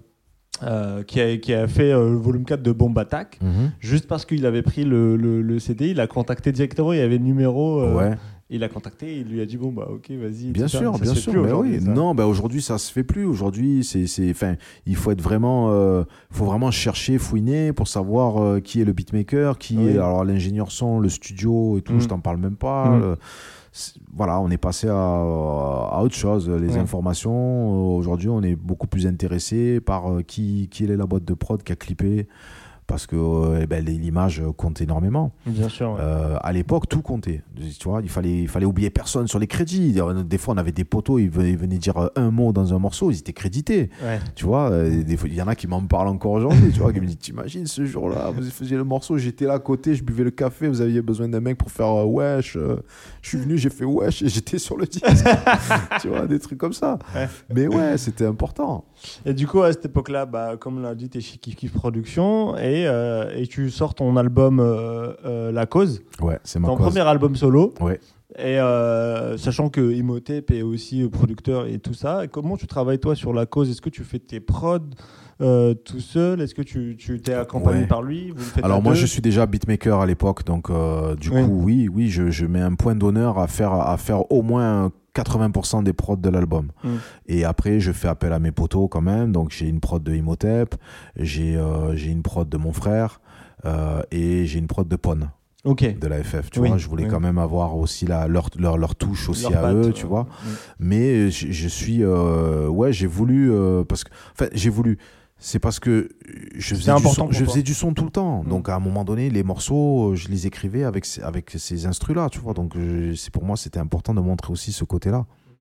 Qui a fait le volume 4 de Bomb Attack, juste parce qu'il avait pris le CD, il a contacté directement, il y avait le numéro. Il a contacté, il lui a dit ok, vas-y. Bien sûr. Mais oui. Non, aujourd'hui ça se fait plus. Aujourd'hui, il faut être vraiment, faut vraiment chercher, fouiner pour savoir qui est le beatmaker, qui est alors l'ingénieur son, le studio et tout. Je t'en parle même pas. Voilà, on est passé à autre chose. Les informations, aujourd'hui, on est beaucoup plus intéressé par qui est la boîte de prod qui a clippé. Parce que l'image compte énormément. Bien sûr. À l'époque, tout comptait. Tu vois, il fallait oublier personne sur les crédits. Des fois, on avait des potos, ils venaient dire un mot dans un morceau, ils étaient crédités. Tu vois, il y en a qui m'en parlent encore aujourd'hui. Tu vois, qui me disent, t'imagines ce jour-là, vous faisiez le morceau, j'étais là à côté, je buvais le café, vous aviez besoin d'un mec pour faire wesh. Je suis venu, j'ai fait wesh et j'étais sur le disque. Tu vois, des trucs comme ça. Mais ouais, c'était important. Et du coup, à cette époque-là, comme l'a dit, t'es chez Kif Kif Productions et tu sors ton album La Cause. Ouais, c'est ma ton cause. premier album solo. Ouais. Et sachant que Imhotep est aussi producteur et tout ça, et comment tu travailles toi sur La Cause? Est-ce que tu fais tes prods tout seul? Est-ce que tu t'es accompagné par lui? Alors moi je suis déjà beatmaker à l'époque, donc du coup oui je mets un point d'honneur à faire au moins 80% des prods de l'album. Et après je fais appel à mes potos quand même, donc j'ai une prod de Imhotep, j'ai une prod de mon frère et j'ai une prod de Pon. De la FF, tu vois, je voulais quand même avoir aussi leur touche aussi leur à eux, tu vois. Mais je suis j'ai voulu parce que j'ai voulu, c'est parce que je faisais du son tout le temps. Donc à un moment donné, les morceaux, je les écrivais avec ces instrus là, tu vois. Donc pour moi, c'était important de montrer aussi ce côté-là.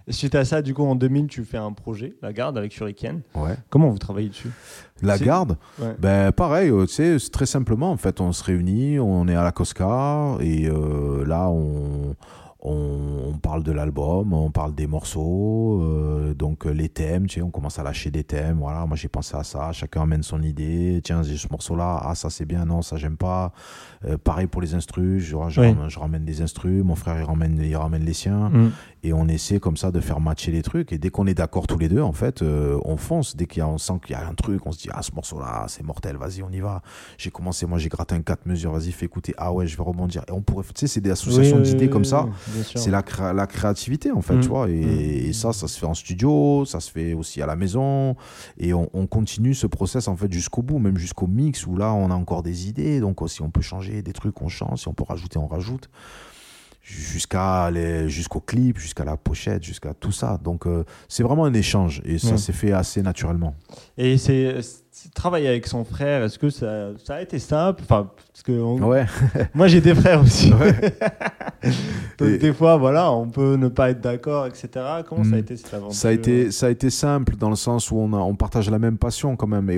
Et suite à ça, du coup, en 2000, tu fais un projet, La Garde, avec Shuriken. Ouais. Comment vous travaillez dessus? La garde, Ouais. ben pareil, tu sais, c'est très simplement, en fait, on se réunit, on est à la Cosca, et là, on parle de l'album, on parle des morceaux, donc les thèmes, tu sais, on commence à lâcher des thèmes, voilà, moi j'ai pensé à ça, chacun amène son idée, tiens, j'ai ce morceau-là, ah ça c'est bien, non, ça j'aime pas. Pareil pour les instrus, je ramène des instrus, mon frère il ramène les siens, et on essaie comme ça de faire matcher les trucs, et dès qu'on est d'accord tous les deux, en fait, on fonce, on sent qu'il y a un truc, on se dit, ah ce morceau-là, c'est mortel, vas-y, on y va. J'ai commencé, moi j'ai gratté un 4 mesures, vas-y, fais écouter, ah ouais, je vais rebondir. Et on pourrait, tu sais, c'est des associations d'idées comme ça. C'est la créativité en fait, tu vois, et ça se fait en studio, ça se fait aussi à la maison, et on continue ce process en fait jusqu'au bout, même jusqu'au mix où là on a encore des idées, donc si on peut changer des trucs on change, si on peut rajouter on rajoute, jusqu'au clip, jusqu'à la pochette, jusqu'à tout ça, donc c'est vraiment un échange, et ça s'est fait assez naturellement. Et c'est travailler avec son frère, est-ce que ça a été simple? Enfin, parce que Ouais. moi j'ai des frères aussi. Ouais. Donc, Et- des fois, voilà, on peut ne pas être d'accord, etc. Comment ça a été cette aventure? Ça a été simple dans le sens où on partage la même passion quand même, et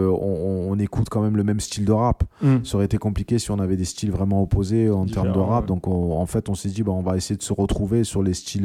on écoute quand même le même style de rap. Ça aurait été compliqué si on avait des styles vraiment opposés en termes de rap. Ouais. Donc en fait on s'est dit on va essayer de se retrouver sur les styles,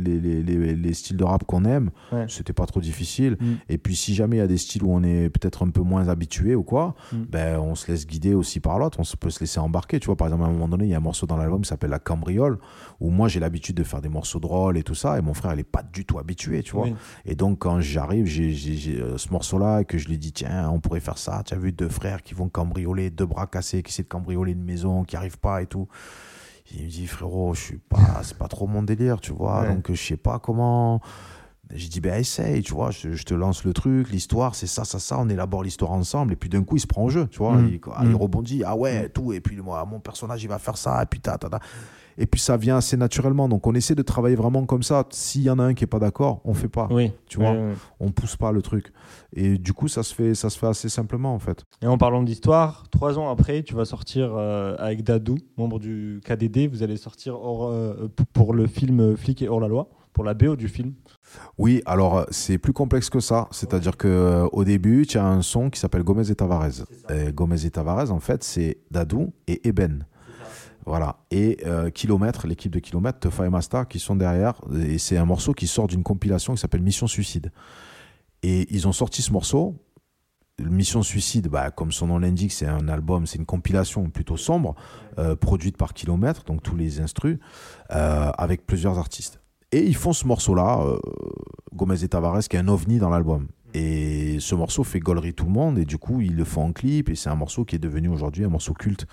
les styles de rap qu'on aime. Ouais. C'était pas trop difficile. Et puis si jamais il y a des styles où on est peut-être un peu moins habitué ou quoi, ben on se laisse guider aussi par l'autre. Peut se laisser embarquer. Tu vois, par exemple à un moment donné il y a un morceau dans l'album qui s'appelle La Cambriole, où moi j'ai l'habitude de faire des morceaux drôles et tout ça, et mon frère il est pas du tout habitué, tu vois. Oui. Et donc quand j'arrive, j'ai ce morceau-là, et que je lui dis tiens, on pourrait faire ça, tu as vu deux frères qui vont cambrioler, deux bras cassés, qui essaient de cambrioler une maison, qui arrivent pas et tout. Il me dit frérot, c'est pas trop mon délire, tu vois, donc je sais pas comment. J'ai dit ben essaye, tu vois, je te lance le truc, l'histoire c'est ça, on élabore l'histoire ensemble, et puis d'un coup il se prend au jeu, tu vois, il rebondit, ah ouais, tout, et puis moi, mon personnage il va faire ça, et puis et puis ça vient assez naturellement, donc on essaie de travailler vraiment comme ça. S'il y en a un qui est pas d'accord, on fait pas, tu vois, on pousse pas le truc, et du coup ça se fait assez simplement en fait. Et en parlant d'histoire, 3 ans après, tu vas sortir avec Dadou, membre du KDD, vous allez sortir pour le film Flic et hors-la-loi, pour la BO du film. Oui, alors c'est plus complexe que ça. C'est-à-dire que au début, tu as un son qui s'appelle Gomez et Tavares. Et Gomez et Tavares, en fait, c'est Dadou et Eben. Voilà. Et Kilomètre, l'équipe de Kilomètre, Tefa et Masta, qui sont derrière. Et c'est un morceau qui sort d'une compilation qui s'appelle Mission Suicide. Et ils ont sorti ce morceau. Mission Suicide, comme son nom l'indique, c'est un album, c'est une compilation plutôt sombre, produite par Kilomètre, donc tous les instrus, avec plusieurs artistes. Et ils font ce morceau-là, Gomez et Tavares, qui est un ovni dans l'album. Et ce morceau fait gaulerie tout le monde, et du coup, ils le font en clip, et c'est un morceau qui est devenu aujourd'hui un morceau culte.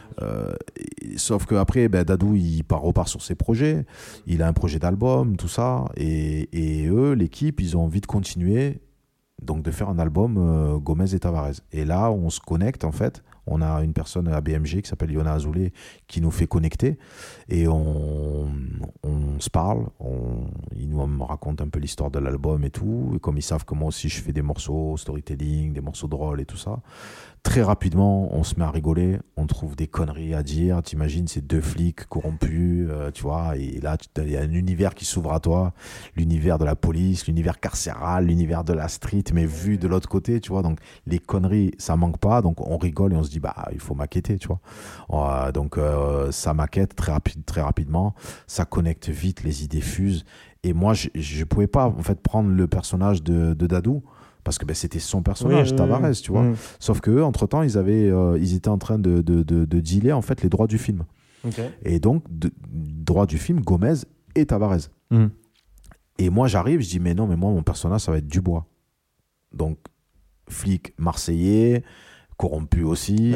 Sauf qu'après, Dadou, il repart sur ses projets, il a un projet d'album, tout ça, et eux, l'équipe, ils ont envie de continuer, donc de faire un album Gomez et Tavares. Et là, on se connecte, en fait. On a une personne à BMG qui s'appelle Yona Azoulay qui nous fait connecter, et on se parle, il nous raconte un peu l'histoire de l'album et tout, et comme ils savent que moi aussi je fais des morceaux storytelling, des morceaux drôles et tout ça, très rapidement on se met à rigoler, on trouve des conneries à dire. T'imagines ces deux flics corrompus, tu vois, et là il y a un univers qui s'ouvre à toi, l'univers de la police, l'univers carcéral, l'univers de la street, mais vu de l'autre côté, tu vois, donc les conneries ça manque pas, donc on rigole et on se dit il faut maqueter, tu vois. Donc ça maquette très rapidement, ça connecte vite, les idées fusent, et moi je pouvais pas en fait prendre le personnage de Dadou, parce que c'était son personnage, Tavares, tu vois. Sauf que entre temps ils étaient en train de dealer en fait les droits du film. Et donc droits du film Gomez et Tavares. Et moi j'arrive, je dis mais non, mais moi mon personnage ça va être Dubois, donc flic marseillais, corrompu aussi,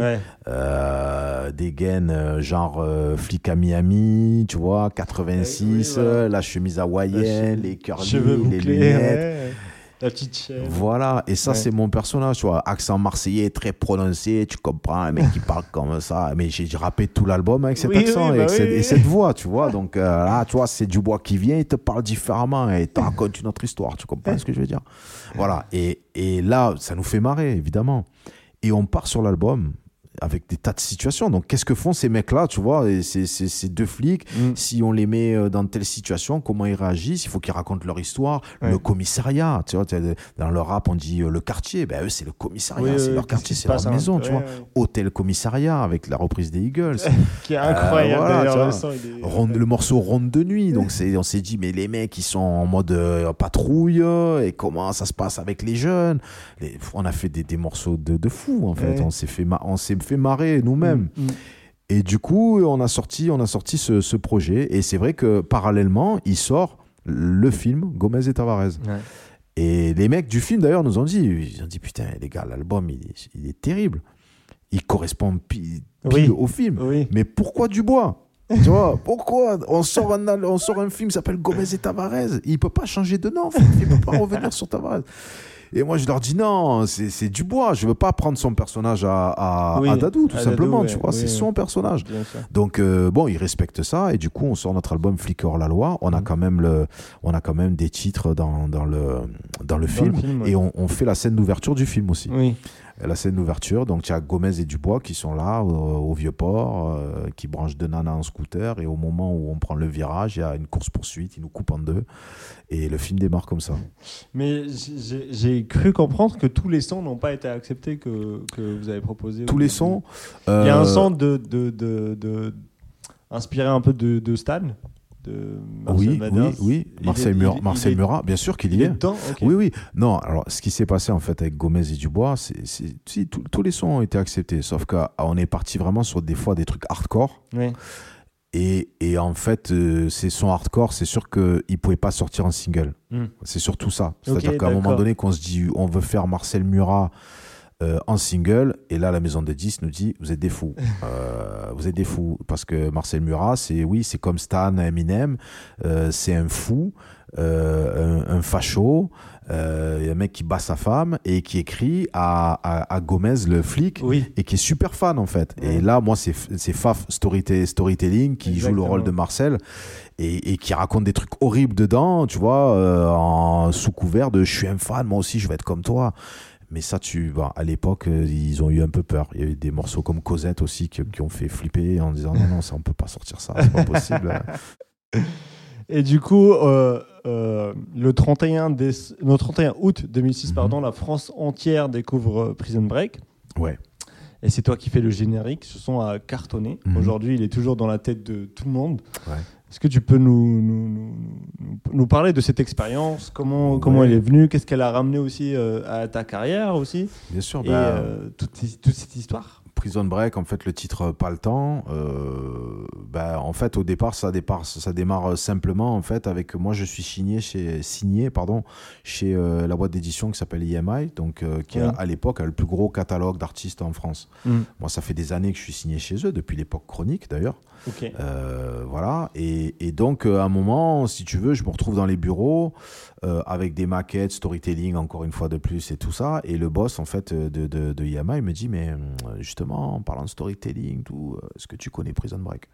des gaines genre flic à Miami, tu vois, 86, la chemise hawaïenne, les curly, les lunettes, la petite chaîne. Voilà, et ça c'est mon personnage, tu vois, accent marseillais très prononcé, tu comprends, un mec qui parle comme ça, mais j'ai rappé tout l'album avec cet accent et cette voix, tu vois, donc là, tu vois, c'est Dubois qui vient, il te parle différemment et te raconte une autre histoire, tu comprends ce que je veux dire? Voilà, et là, ça nous fait marrer, évidemment. Et on part sur l'album avec des tas de situations. Donc, qu'est-ce que font ces mecs-là, tu vois, et ces deux flics, si on les met dans telle situation, comment ils réagissent? Il faut qu'ils racontent leur histoire. Le commissariat, tu vois, dans le rap, on dit le quartier. Ben, eux, c'est le commissariat, c'est leur quartier, c'est leur maison, tu vois. Hôtel Commissariat, avec la reprise des Eagles. Qui est incroyable, d'ailleurs. Le morceau Ronde de nuit. Donc, on s'est dit, mais les mecs, ils sont en mode patrouille, et comment ça se passe avec les jeunes? On a fait des morceaux de fou, en fait. On s'est fait marrer nous-mêmes. Et du coup, on a sorti ce projet. Et c'est vrai que parallèlement, il sort le film Gomez et Tavares. Et les mecs du film, d'ailleurs, nous ont dit, putain, les gars, l'album, il est terrible. Il correspond pile au film. Mais pourquoi Dubois? Tu vois, pourquoi on sort un film qui s'appelle Gomez et Tavares? Il peut pas changer de nom, il peut pas revenir sur Tavares. Et moi, je leur dis non, c'est Dubois. Je veux pas prendre son personnage à Dadou, tout simplement. Tu vois, c'est son personnage. Donc, bon, ils respectent ça. Et du coup, on sort notre album Flic hors la loi. On a quand même des titres dans le film. Et on fait la scène d'ouverture du film aussi. La scène d'ouverture, donc il y a Gomez et Dubois qui sont là au Vieux-Port, qui branchent deux nanas en scooter, et au moment où on prend le virage, il y a une course-poursuite, ils nous coupent en deux, et le film démarre comme ça. Mais j'ai cru comprendre que tous les sons n'ont pas été acceptés que vous avez proposés. Tous les sons Il y a un son inspiré un peu de Stan, de Marcel Maders. Oui. Marcel Murat, bien sûr qu'il y est. Dedans, okay. Oui. Non, alors ce qui s'est passé en fait avec Gomez et Dubois, tous les sons ont été acceptés, sauf qu'on est parti vraiment sur des trucs hardcore. Et en fait, ces sons hardcore, c'est sûr qu'ils ne pouvaient pas sortir en single. C'est surtout ça. C'est-à-dire qu'à un moment donné, qu'on se dit, on veut faire Marcel Murat en single, et là la maison de disques nous dit vous êtes des fous, parce que Marcel Murat c'est comme Stan, Eminem, c'est un fou, un facho, un mec qui bat sa femme et qui écrit à Gomez le flic, et qui est super fan en fait. Et là moi c'est Faf Storytelling qui joue le rôle de Marcel, et qui raconte des trucs horribles dedans, tu vois, sous couvert de je suis un fan, moi aussi je vais être comme toi. Mais ça, à l'époque, ils ont eu un peu peur. Il y a eu des morceaux comme Cosette aussi qui ont fait flipper en disant non, ça, on peut pas sortir ça, c'est pas possible. Et du coup, le 31 août 2006, la France entière découvre Prison Break. Ouais. Et c'est toi qui fais le générique. Ce son a cartonné. Aujourd'hui, il est toujours dans la tête de tout le monde. Ouais. Est-ce que tu peux nous parler de cette expérience? Comment elle est venue? Qu'est-ce qu'elle a ramené aussi à ta carrière aussi? Bien sûr. Et toute cette histoire. Prison Break, en fait, le titre Pas le temps. En fait, au départ, ça démarre simplement, en fait, avec moi, je suis signé chez la boîte d'édition qui s'appelle EMI, donc qui à l'époque a le plus gros catalogue d'artistes en France. Moi, ça fait des années que je suis signé chez eux, depuis l'époque Chronique d'ailleurs. Voilà. Et donc, à un moment, si tu veux, je me retrouve dans les bureaux avec des maquettes, storytelling, encore une fois de plus, et tout ça. Et le boss, en fait, de EMI me dit, mais justement, en parlant de storytelling, est-ce que tu connais Prison Break?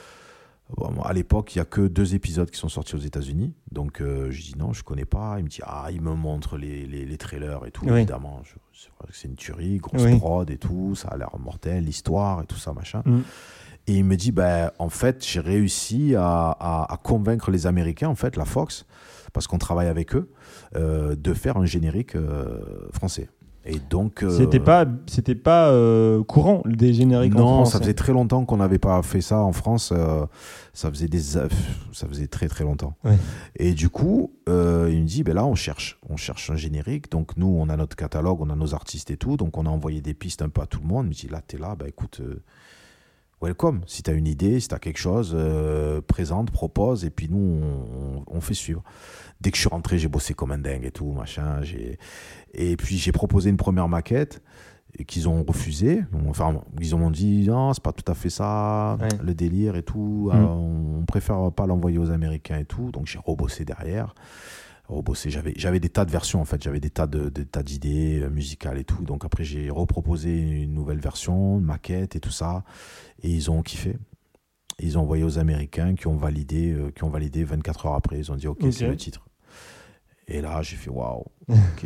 À l'époque, il n'y a que 2 épisodes qui sont sortis aux États-Unis. Donc, je dis non, je ne connais pas. Il me dit, il me montre les trailers et tout. Évidemment, c'est vrai que c'est une tuerie, grosse prod et tout. Ça a l'air mortel, l'histoire et tout ça, machin. Et il me dit, en fait, j'ai réussi à convaincre les Américains, en fait, la Fox, parce qu'on travaille avec eux, de faire un générique français. Et donc, c'était pas courant des génériques en France. Non, ça faisait très longtemps qu'on n'avait pas fait ça en France. Ça faisait très très longtemps. Et du coup, il me dit, là on cherche un générique. Donc nous, on a notre catalogue, on a nos artistes et tout. Donc on a envoyé des pistes un peu à tout le monde. Il me dit, là t'es là, écoute, welcome. Si t'as une idée, si t'as quelque chose, présente, propose. Et puis nous, on fait suivre. Dès que je suis rentré, j'ai bossé comme un dingue et tout, machin. Et puis j'ai proposé une première maquette et qu'ils ont refusé. Enfin, ils m'ont dit non, c'est pas tout à fait ça, le délire et tout. On préfère pas l'envoyer aux Américains et tout. Donc j'ai rebossé derrière. J'avais des tas de versions en fait, j'avais des tas d'idées musicales et tout. Donc après j'ai reproposé une nouvelle version, une maquette et tout ça. Et ils ont kiffé. Ils ont envoyé aux Américains qui ont validé 24 heures après. Ils ont dit ok, c'est le titre. Et là j'ai fait waouh. Ok.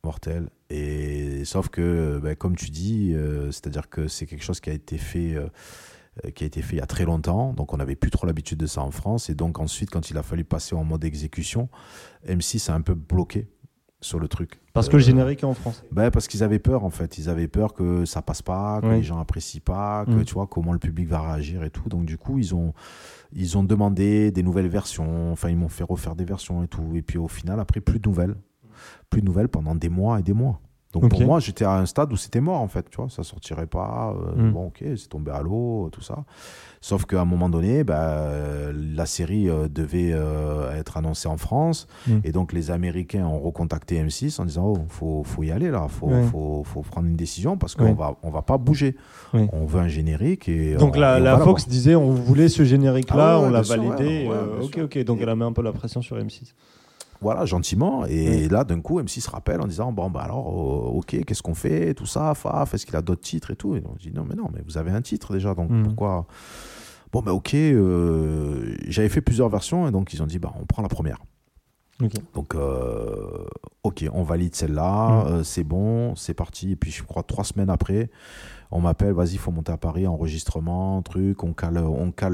mortel. Et sauf que, comme tu dis, c'est-à-dire que c'est quelque chose qui a été fait il y a très longtemps, donc on n'avait plus trop l'habitude de ça en France, et donc ensuite quand il a fallu passer en mode exécution, M6 a un peu bloqué sur le truc. Parce que le générique est en français. Parce qu'ils avaient peur en fait, ils avaient peur que ça passe pas, que les gens apprécient pas, que tu vois comment le public va réagir et tout, donc du coup ils ont demandé des nouvelles versions, enfin ils m'ont fait refaire des versions et tout, et puis au final après plus de nouvelles pendant des mois et des mois. Donc pour moi, j'étais à un stade où c'était mort en fait, tu vois, ça sortirait pas. Bon, ok, c'est tombé à l'eau, tout ça. Sauf qu'à un moment donné, la série devait être annoncée en France, et donc les Américains ont recontacté M6 en disant faut y aller là, faut prendre une décision parce qu'on va pas bouger. On veut un générique et donc la Fox disait on voulait ce générique là, on l'a validé. Ok, donc elle a mis un peu la pression sur M6. Voilà, gentiment. Et là, d'un coup, M6 se rappelle en disant alors, ok, qu'est-ce qu'on fait, tout ça, Faf, est-ce qu'il a d'autres titres et tout. Et on dit non, mais vous avez un titre déjà, donc pourquoi. Bon, ok, j'avais fait plusieurs versions, et donc ils ont dit on prend la première. Donc, ok, on valide celle-là, c'est bon, c'est parti. Et puis, je crois 3 semaines après, on m'appelle, vas-y, il faut monter à Paris, enregistrement, truc, on cale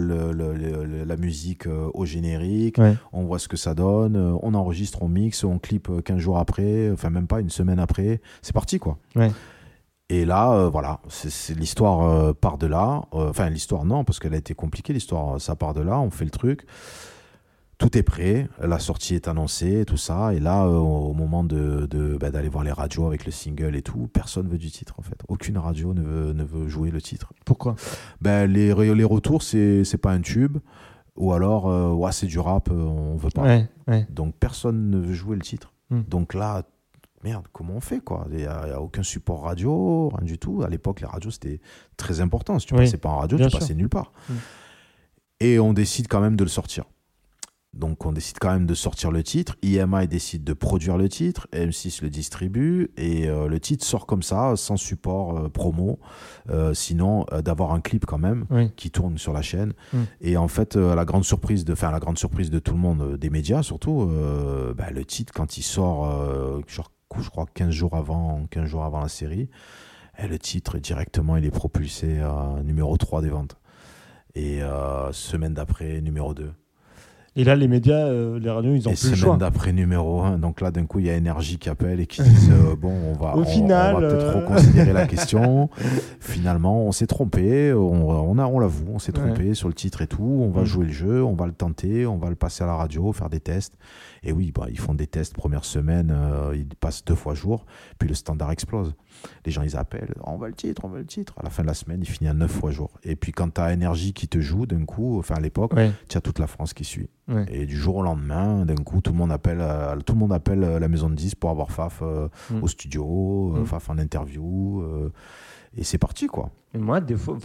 la musique au générique, on voit ce que ça donne, on enregistre, on mixe, on clip 15 jours après, enfin même pas une semaine après, c'est parti quoi. Et là, voilà, c'est l'histoire part de là, enfin l'histoire non, parce qu'elle a été compliquée, l'histoire ça part de là, on fait le truc. Tout est prêt, la sortie est annoncée, tout ça. Et là, au moment d'aller voir les radios avec le single et tout, personne veut du titre en fait. Aucune radio ne veut jouer le titre. Pourquoi ? Les retours, c'est pas un tube. Ou alors, c'est du rap, on veut pas. Donc personne ne veut jouer le titre. Donc là, merde, comment on fait quoi ? Il n'y a aucun support radio, rien du tout. À l'époque, les radios, c'était très important. Si tu passais pas en radio, tu passais nulle part. Et on décide quand même de le sortir. Donc on décide quand même de sortir le titre, EMI décide de produire le titre, M6 le distribue, et le titre sort comme ça, sans support promo, sinon d'avoir un clip quand même qui tourne sur la chaîne. Et en fait, la grande surprise de tout le monde, des médias surtout, le titre quand il sort, je crois 15 jours avant la série, le titre directement il est propulsé à numéro 3 des ventes. Et semaine d'après, numéro 2. Et là, les médias, les radios, ils ont plus le choix. Et semaine d'après, numéro 1. Donc là, d'un coup, il y a Énergie qui appelle et qui disent on va peut-être reconsidérer la question. Finalement, on s'est trompé. On l'avoue, on s'est trompé sur le titre et tout. On va jouer le jeu, on va le tenter, on va le passer à la radio, faire des tests. Et oui, ils font des tests. Première semaine, ils passent 2 fois jour. Puis le standard explose. Les gens, ils appellent. On veut le titre. À la fin de la semaine, il finit à 9 fois jour. Et puis quand tu as Énergie qui te joue, d'un coup, à l'époque, tu as toute la France qui suit. Et du jour au lendemain, d'un coup, tout le monde appelle la maison de 10 pour avoir Faf au studio, Faf en interview, et c'est parti quoi. Et moi, des fois,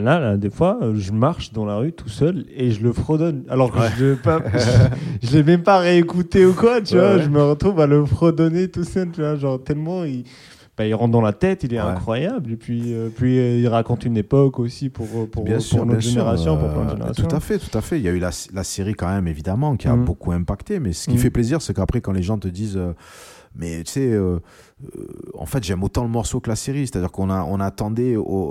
je marche dans la rue tout seul et je le fredonne. Alors que je l'ai même pas réécouté ou quoi, tu vois. Je me retrouve à le fredonner tout seul, tu vois, genre tellement il rentre dans la tête, il est incroyable. Et puis il raconte une époque aussi pour notre génération, pour plein de générations. Tout à fait. Il y a eu la série quand même, évidemment, qui a beaucoup impacté. Mais ce qui fait plaisir, c'est qu'après, quand les gens te disent... mais tu sais, en fait, j'aime autant le morceau que la série. C'est-à-dire qu'on attendait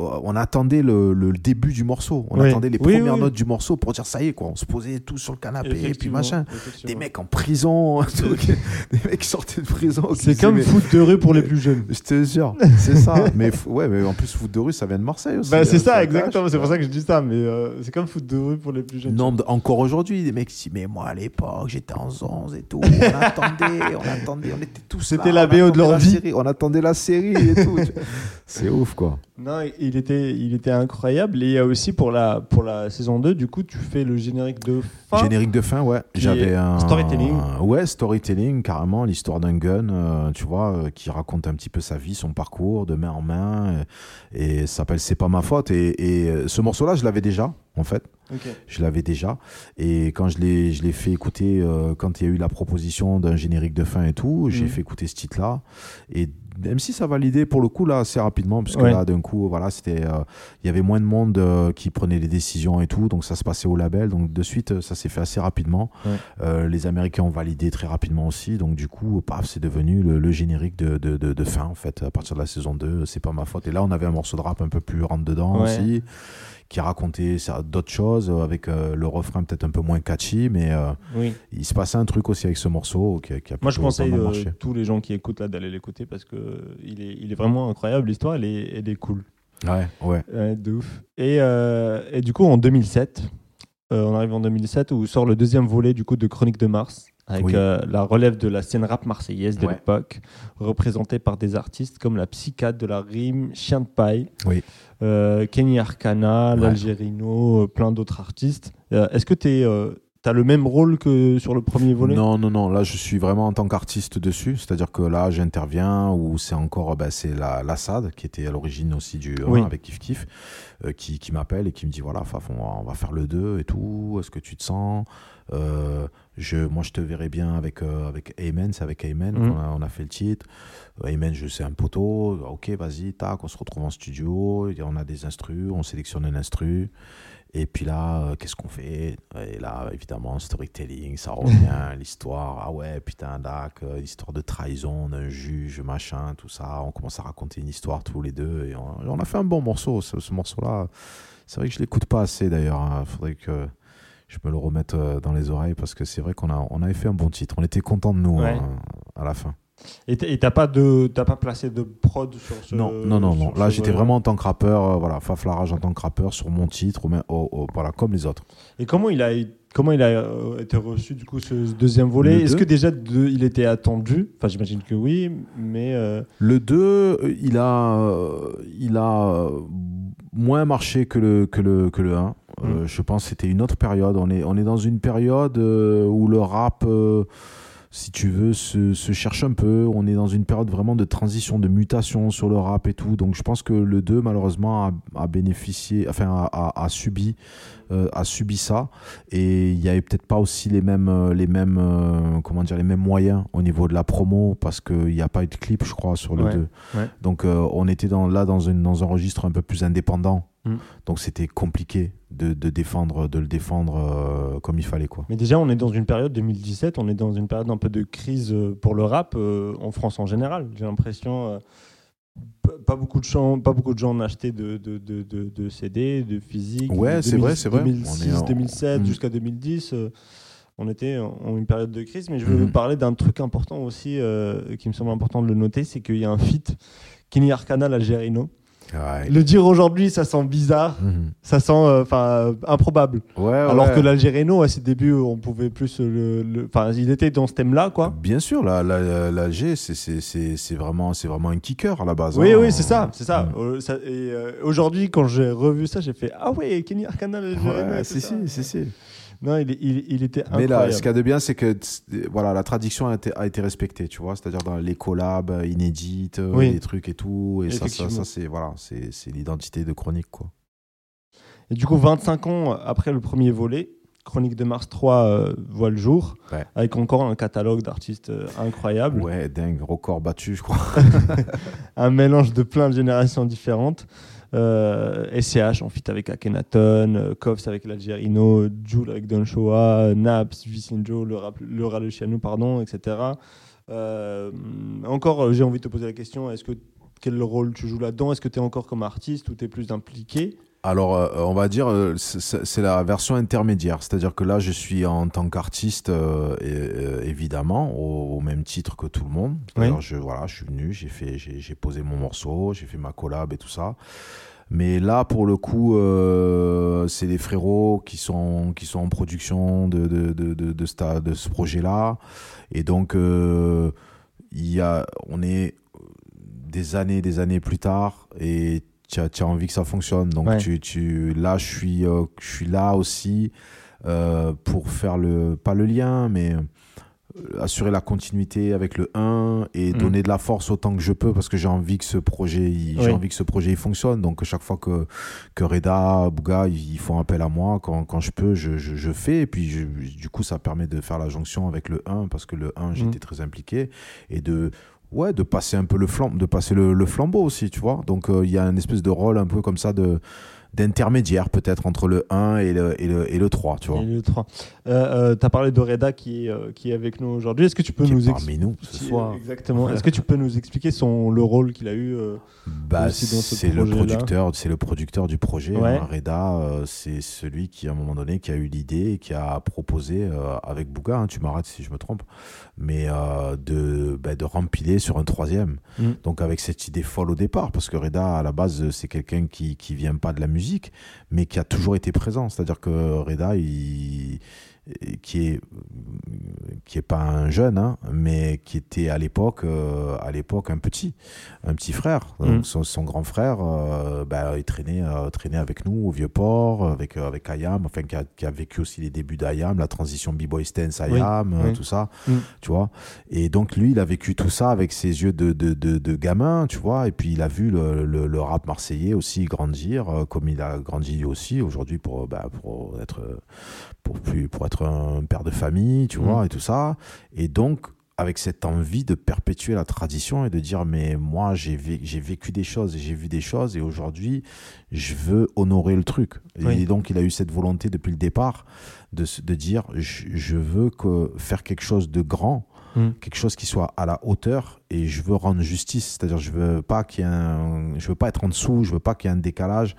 le début du morceau. On attendait les premières notes du morceau pour dire ça y est, quoi. On se posait tous sur le canapé et puis machin. Des mecs en prison, des mecs qui sortaient de prison. C'est comme foot de rue pour les plus jeunes. Je te jure, c'est ça. Mais en plus, foot de rue, ça vient de Marseille aussi. C'est ça, exactement. C'est pour ça que je dis ça. Mais c'est comme foot de rue pour les plus jeunes. Non, encore aujourd'hui, des mecs qui disent mais moi à l'époque, j'étais en 11 et tout. On attendait, on était tous. C'était la BO de leur vie. On attendait la série et tout. C'est ouf, quoi. Non, il était incroyable. Et il y a aussi pour la saison 2, du coup, tu fais le générique de fin. Générique de fin, ouais. J'avais un storytelling. Storytelling, carrément. L'histoire d'un gun, tu vois, qui raconte un petit peu sa vie, son parcours, de main en main. Et ça s'appelle C'est pas ma faute. Et ce morceau-là, je l'avais déjà, en fait. Okay. Je l'avais déjà. Et quand je l'ai fait écouter, quand il y a eu la proposition d'un générique de fin et tout, j'ai fait écouter ce titre-là. Et M6 a validé pour le coup là assez rapidement, puisque Ouais. là d'un coup, voilà, c'était, il y avait moins de monde qui prenait les décisions et tout, donc ça se passait au label, donc de suite ça s'est fait assez rapidement. Ouais. Les Américains ont validé très rapidement aussi, donc du coup, paf, c'est devenu le générique de fin en fait, à partir de la saison 2, c'est pas ma faute. Et là, on avait un morceau de rap un peu plus rentre dedans Ouais. aussi, qui racontait d'autres choses, avec le refrain peut-être un peu moins catchy, mais Oui. il se passait un truc aussi avec ce morceau qui a Moi, je plutôt conseille pas mal marché. tous les gens qui écoutent là d'aller l'écouter parce que il est vraiment incroyable. L'histoire, elle est cool. Ouais, ouais. Ouais, de ouf. Et du coup, en 2007, on arrive en 2007 où sort le deuxième volet du coup de Chronique de Mars avec Oui. la relève de la scène rap marseillaise de Ouais. l'époque, représentée par des artistes comme la Psychiatre de la Rime, Chien de Paille, Oui. Kenny Arcana, Ouais. l'Algérino, plein d'autres artistes. Est-ce que t'as le même rôle que sur le premier volet? Non, là je suis vraiment en tant qu'artiste dessus, c'est-à-dire que là j'interviens ou c'est encore, c'est l'Assad qui était à l'origine aussi du 1 Oui. avec Kif Kif, qui m'appelle et qui me dit voilà Faf, on va faire le 2 et tout, est-ce que tu te sens moi je te verrais bien avec Ayman, c'est avec Ayman Mhm. qu'on a fait le titre. Ayman, je sais un poteau, ok vas-y, tac, on se retrouve en studio, et on a des instrus, on sélectionne un instru. Et puis là, qu'est-ce qu'on fait? Et là, évidemment, storytelling, ça revient, l'histoire. Ah ouais, putain, Dac, histoire de trahison d'un juge, machin, tout ça. On commence à raconter une histoire tous les deux. Et on a fait un bon morceau. Ce morceau-là, c'est vrai que je ne l'écoute pas assez d'ailleurs. Il faudrait que je me le remette dans les oreilles parce que c'est vrai on avait fait un bon titre. On était contents de nous Ouais. à la fin. Et t'as pas placé de prod sur ce. Non. sur Là, ce j'étais volet-là. vraiment en tant que rappeur, Faf Larage en tant que rappeur sur mon titre, voilà, comme les autres. Et comment il a été reçu du coup ce deuxième volet? Le Est-ce 2? que déjà il était attendu? Enfin, j'imagine que oui, mais Le 2, il a moins marché que le 1. Je pense que c'était une autre période. On est dans une période où le rap, si tu veux, se cherche un peu. On est dans une période vraiment de transition, de mutation sur le rap et tout. Donc je pense que le 2, malheureusement, a bénéficié, enfin, a subi ça. Et il n'y avait peut-être pas aussi les mêmes moyens au niveau de la promo parce qu'il n'y a pas eu de clip, je crois, sur le Ouais, 2. ouais. Donc on était dans un registre un peu plus indépendant. Mm. Donc c'était compliqué de le défendre comme il fallait, quoi. Mais déjà, on est dans une période 2017, on est dans une période un peu de crise pour le rap en France en général. J'ai l'impression pas beaucoup de gens ont acheté de CD, de physique. Ouais, c'est vrai. 2006, 2007 Mm. jusqu'à 2010, on était en une période de crise. Mais je veux Mhm. parler d'un truc important aussi qui me semble important de le noter, c'est qu'il y a un feat Kenny Arcana, l'Algérino. Ouais. Le dire aujourd'hui, ça sent bizarre, Mhm. ça sent improbable. Ouais, Alors ouais. que l'Algérino, à ses débuts, on pouvait plus il était dans ce thème-là, quoi. Bien sûr, l'Alger, c'est vraiment un kicker à la base. Oui, hein. oui, c'est ça. Mm. Aujourd'hui, quand j'ai revu ça, j'ai fait ah ouais, Kenny Arcana, l'Algérino. Ouais, et si. tout ça. Si. Non, il était Mais incroyable. là, ce qu'il y a de bien, c'est que voilà, la tradition a été respectée, tu vois, c'est-à-dire dans les collabs inédites, Oui. les trucs et tout, et ça Effectivement. c'est l'identité de Chronique, quoi. Et du coup, 25 ans après le premier volet, Chronique de Mars 3 voit le jour, Ouais. avec encore un catalogue d'artistes incroyable. Ouais, dingue, record battu, je crois. Un mélange de plein de générations différentes. SCH en feat avec Akhenaton, Kovs avec l'Algérino, Jul avec Don Shoah, Naps, Vicinjo, le Luciano, pardon, etc. Encore, j'ai envie de te poser la question, quel rôle tu joues là-dedans? Est-ce que tu es encore comme artiste ou tu es plus impliqué? Alors, on va dire, c'est la version intermédiaire. C'est-à-dire que là, je suis en tant qu'artiste, évidemment, au même titre que tout le monde. Oui. Alors, je suis venu, j'ai posé mon morceau, j'ai fait ma collab et tout ça. Mais là, pour le coup, c'est les frérots qui sont en production de ce projet-là. Et donc, on est des années plus tard et tu as envie que ça fonctionne. Donc, Ouais. là, je suis là aussi pour faire pas le lien, mais assurer la continuité avec le 1 et donner de la force autant que je peux parce que j'ai envie que ce projet il fonctionne. Donc chaque fois que Reda, Bouga ils font appel à moi, quand je peux, je fais, et puis du coup ça permet de faire la jonction avec le 1 parce que le 1 j'étais très impliqué et de Ouais, de passer un peu le flambeau aussi, tu vois. Donc il y a une espèce de rôle un peu comme ça d'intermédiaire peut-être entre le 1 et le 3, tu vois. Et le 3. Tu as parlé de Reda qui est avec nous aujourd'hui. Est-ce que tu peux Qui est nous parmi nous ce soir. Exactement. Est-ce que tu peux nous expliquer le rôle qu'il a eu aussi dans ce c'est projet-là le producteur du projet. Ouais. Hein. Reda, c'est celui qui, à un moment donné, qui a eu l'idée et qui a proposé avec Bouga, hein, tu m'arrêtes si je me trompe, mais de rempiler sur un 3e. Donc avec cette idée folle au départ, parce que Reda, à la base, c'est quelqu'un qui vient pas de la musique, mais qui a toujours été présent. C'est-à-dire que Reda, qui est pas un jeune, hein, mais qui était à l'époque un petit frère. Donc son grand frère, il traînait avec nous au Vieux-Port, avec Ayam, enfin qui a vécu aussi les débuts d'Ayam, la transition B-Boy Stance Ayam, tout ça, tu vois. Et donc lui, il a vécu tout ça avec ses yeux de gamin, tu vois. Et puis il a vu le rap marseillais aussi grandir, comme il a grandi lui aussi aujourd'hui pour être un père de famille, tu vois, et tout ça. Et donc, avec cette envie de perpétuer la tradition et de dire, mais moi, j'ai vécu des choses et j'ai vu des choses et aujourd'hui, je veux honorer le truc. Oui. Et donc, il a eu cette volonté depuis le départ de dire, je veux faire quelque chose de grand, quelque chose qui soit à la hauteur et je veux rendre justice. C'est-à-dire, je veux pas être en dessous, je veux pas qu'il y ait un décalage,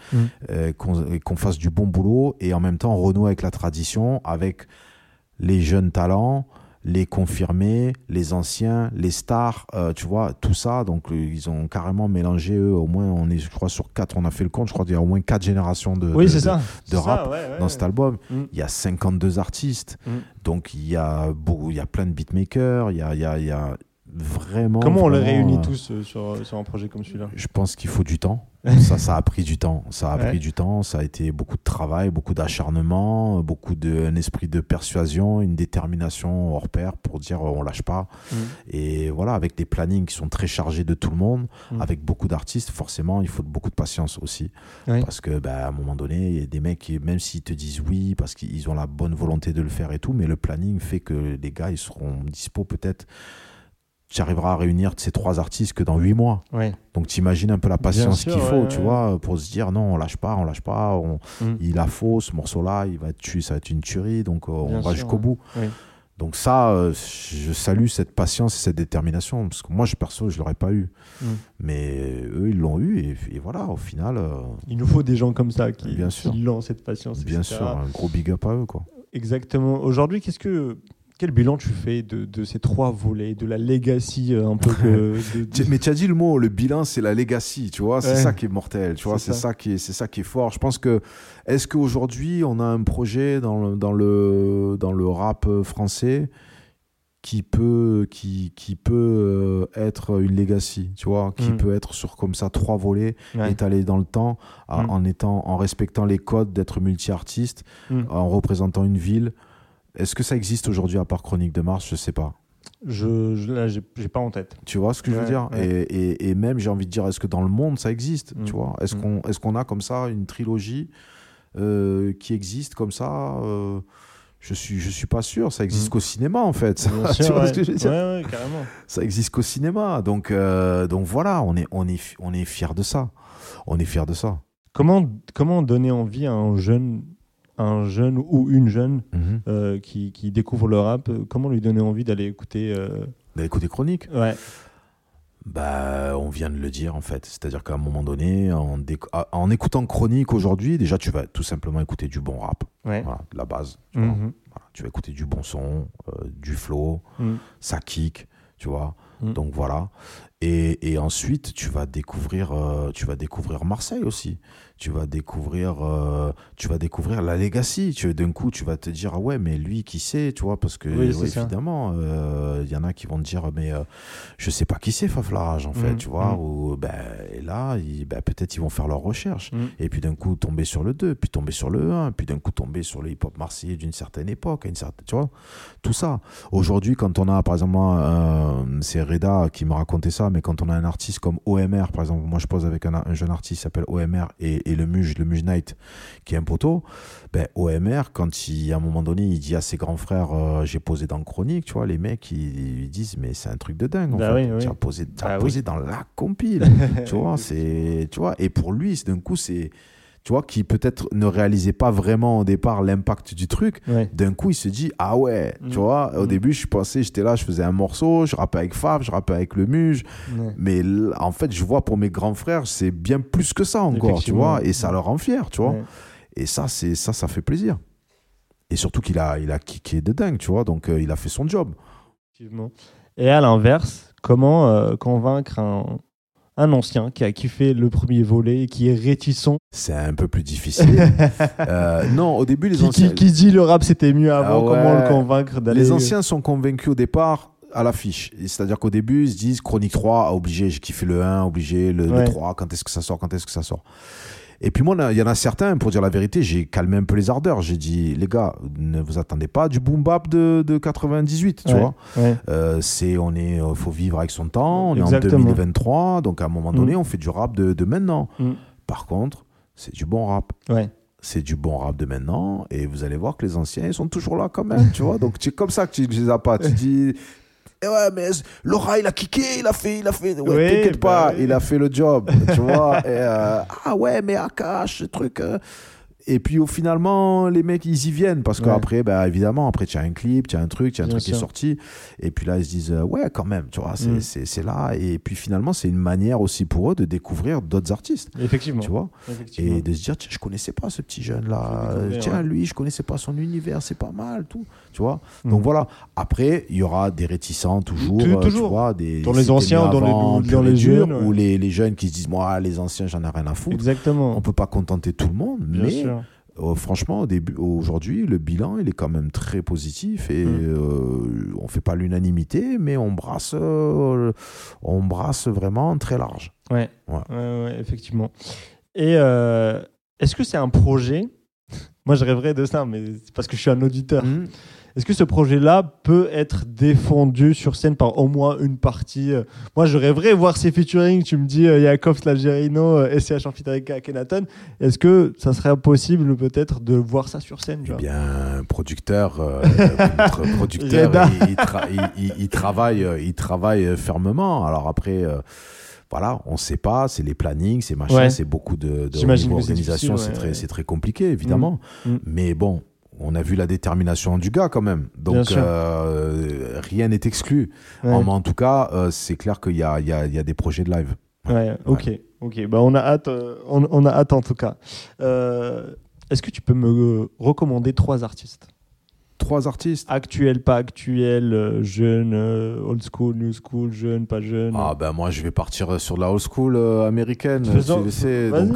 qu'on fasse du bon boulot et en même temps renouer avec la tradition, avec les jeunes talents, les confirmés, les anciens, les stars, tu vois, tout ça. Donc, ils ont carrément mélangé, eux, au moins, je crois, sur 4, on a fait le compte, je crois qu'il y a au moins 4 générations de rap dans cet album. Il y a 52 artistes, donc il y a plein de beatmakers, il y a vraiment... Comment on les réunit tous sur un projet comme celui-là ? Je pense qu'il faut du temps. Ça a pris du temps. Ça a été beaucoup de travail, beaucoup d'acharnement, un esprit de persuasion, une détermination hors pair pour dire on lâche pas. Et voilà, avec des plannings qui sont très chargés de tout le monde, avec beaucoup d'artistes, forcément, il faut beaucoup de patience aussi. Oui. Parce que, à un moment donné, il y a des mecs qui, même s'ils te disent oui, parce qu'ils ont la bonne volonté de le faire et tout, mais le planning fait que les gars, ils seront dispo peut-être. Tu arriveras à réunir ces 3 artistes que dans 8 mois. Ouais. Donc, t'imagines un peu la patience qu'il faut, tu vois, pour se dire non, on lâche pas. Il a faux, ce morceau-là, ça va être une tuerie, donc on va jusqu'au bout. Oui. Donc, ça, je salue cette patience et cette détermination, parce que moi, perso, je l'aurais pas eu. Mais eux, ils l'ont eu, et voilà, au final. Il nous faut des gens comme ça qui l'ont, cette patience. Bien sûr, un gros big up à eux, quoi. Exactement. Aujourd'hui, quel bilan tu fais de ces 3 volets, de la legacy un peu Mais tu as dit le mot, le bilan, c'est la legacy, tu vois, c'est ça qui est mortel, tu vois, c'est ça qui est fort. Je pense que, est-ce qu'aujourd'hui, on a un projet dans le rap français qui peut être une legacy, tu vois, qui peut être sur comme ça 3 volets, étalés dans le temps, en respectant les codes d'être multi-artiste, en représentant une ville. Est-ce que ça existe aujourd'hui à part Chronique de Mars ? Je sais pas. Là, j'ai pas en tête. Tu vois ce que je veux dire ? Et même, j'ai envie de dire, est-ce que dans le monde, ça existe ? Tu vois ? Est-ce qu'on a comme ça une trilogie qui existe comme ça je suis pas sûr. Ça existe qu'au cinéma, en fait. Tu vois ce que je veux dire ? Ouais, carrément. Ça existe qu'au cinéma. Donc voilà, on est fiers de ça. On est fiers de ça. Comment donner envie à un jeune ou une jeune qui découvre le rap, comment lui donner envie d'aller écouter D'aller écouter Chronique ? Ouais. On vient de le dire, en fait. C'est-à-dire qu'à un moment donné, en écoutant Chronique aujourd'hui, déjà, tu vas tout simplement écouter du bon rap. Ouais. Voilà, de la base. Tu vois. Voilà, tu vas écouter du bon son, du flow, ça kick, tu vois. Donc voilà. Et ensuite, tu vas découvrir Marseille aussi. Tu vas découvrir la legacy. D'un coup, tu vas te dire, ah ouais, mais lui, qui c'est, tu vois, parce que évidemment, y en a qui vont te dire, mais je sais pas qui c'est Faflarage, en fait, tu vois, ou et là, peut-être ils vont faire leurs recherches. Et puis d'un coup, tomber sur le 2, puis tomber sur le 1, puis d'un coup, tomber sur le hip-hop marseillais d'une certaine époque, tu vois, tout ça. Aujourd'hui, quand on a, par exemple, c'est Reda qui me racontait ça, ça, mais quand on a un artiste comme OMR, par exemple, moi je pose avec un jeune artiste qui s'appelle OMR et le Muge Night, qui est un poteau, ben, OMR, quand à un moment donné, il dit à ses grands frères, j'ai posé dans Chronique, tu vois, les mecs, ils disent, mais c'est un truc de dingue, en fait. Oui, oui. Tu as posé dans la compile, tu vois, et pour lui, d'un coup, c'est... Tu vois, qui peut-être ne réalisait pas vraiment au départ l'impact du truc. Ouais. D'un coup, il se dit, ah ouais, tu vois, au début, j'étais là, je faisais un morceau, je rappais avec Fab, je rappais avec le Muge. Ouais. Mais là, en fait, je vois pour mes grands frères, c'est bien plus que ça encore, tu vois, et ça leur rend fier, tu vois. Ouais. Et ça fait plaisir. Et surtout qu'il a kické de dingue, tu vois, donc il a fait son job. Effectivement. Et à l'inverse, comment convaincre un ancien qui a kiffé le premier volet et qui est réticent? C'est un peu plus difficile. Non, au début, les anciens... Qui dit le rap c'était mieux avant, comment le convaincre d'aller... Les anciens sont convaincus au départ à l'affiche. C'est-à-dire qu'au début, ils se disent Chronique 3, obligé, j'ai kiffé le 1, obligé, le 3, quand est-ce que ça sort. Et puis moi, il y en a certains, pour dire la vérité, j'ai calmé un peu les ardeurs. J'ai dit, les gars, ne vous attendez pas du boom bap de 98, tu vois. Ouais. Faut vivre avec son temps, on est en 2023, donc à un moment donné, on fait du rap de maintenant. Par contre, c'est du bon rap. Ouais. C'est du bon rap de maintenant, et vous allez voir que les anciens, ils sont toujours là quand même, tu vois. Donc c'est comme ça que tu les as pas. Tu dis... Et ouais, mais Laura, il a kické, il a fait. Ouais, t'inquiète pas, il a fait le job, tu vois. Et, ouais, mais Akash, ce truc. Et puis, finalement, les mecs, ils y viennent. Parce qu'après, évidemment, après, tu as un clip, tu as un truc qui est sorti. Et puis là, ils se disent, ouais, quand même, tu vois, c'est là. Et puis, finalement, c'est une manière aussi pour eux de découvrir d'autres artistes. Effectivement. Tu vois. Et de se dire, tiens, je connaissais pas ce petit jeune-là. Tiens, lui, je connaissais pas son univers, c'est pas mal, tout. Tu vois. Donc voilà. Après, il y aura des réticents toujours. Tu vois, dans les anciens, dans les jeunes. Ou les jeunes qui se disent, moi, les anciens, j'en ai rien à foutre. Exactement. On peut pas contenter tout le monde, mais franchement, aujourd'hui, le bilan, il est quand même très positif et on fait pas l'unanimité, mais on brasse vraiment très large. Ouais, effectivement. Et est-ce que c'est un projet? Moi, je rêverais de ça, mais c'est parce que je suis un auditeur. Est-ce que ce projet-là peut être défendu sur scène par au moins une partie? Moi, je rêverais voir ces featuring. Tu me dis Yakov Slagerino, SCH en feat avec Akhenaton. Est-ce que ça serait possible peut-être de voir ça sur scène? Eh bien, producteur, il travaille fermement. Alors après... voilà, on ne sait pas, c'est les plannings, c'est machin, c'est beaucoup d'organisation, c'est très compliqué, évidemment. Mais bon, on a vu la détermination du gars quand même. Donc, rien n'est exclu. Ouais. En tout cas, c'est clair qu'il y a des projets de live. Ouais, ok. Bah, on a hâte en tout cas. Est-ce que tu peux me recommander 3 artistes? 3 artistes. Actuels, pas actuels, jeunes, old school, new school, jeunes, pas jeunes. Ah ben moi je vais partir sur la old school américaine, tu le sais. Donc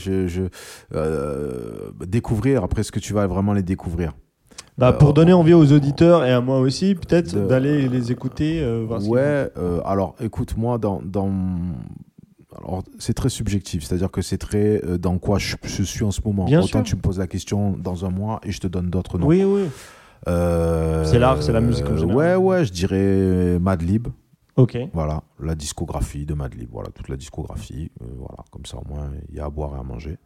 découvrir, après ce que tu vas vraiment les découvre. Pour donner envie aux auditeurs et à moi aussi, peut-être d'aller les écouter. Alors écoute, moi alors, c'est très subjectif, c'est-à-dire que c'est très dans quoi je suis en ce moment. Bien Autant sûr. Tu me poses la question dans un mois et je te donne d'autres noms. Oui. C'est l'art, c'est la musique en général. Ouais, je dirais Madlib. Ok. Voilà, la discographie de Madlib. Voilà, toute la discographie. Voilà, comme ça au moins il y a à boire et à manger.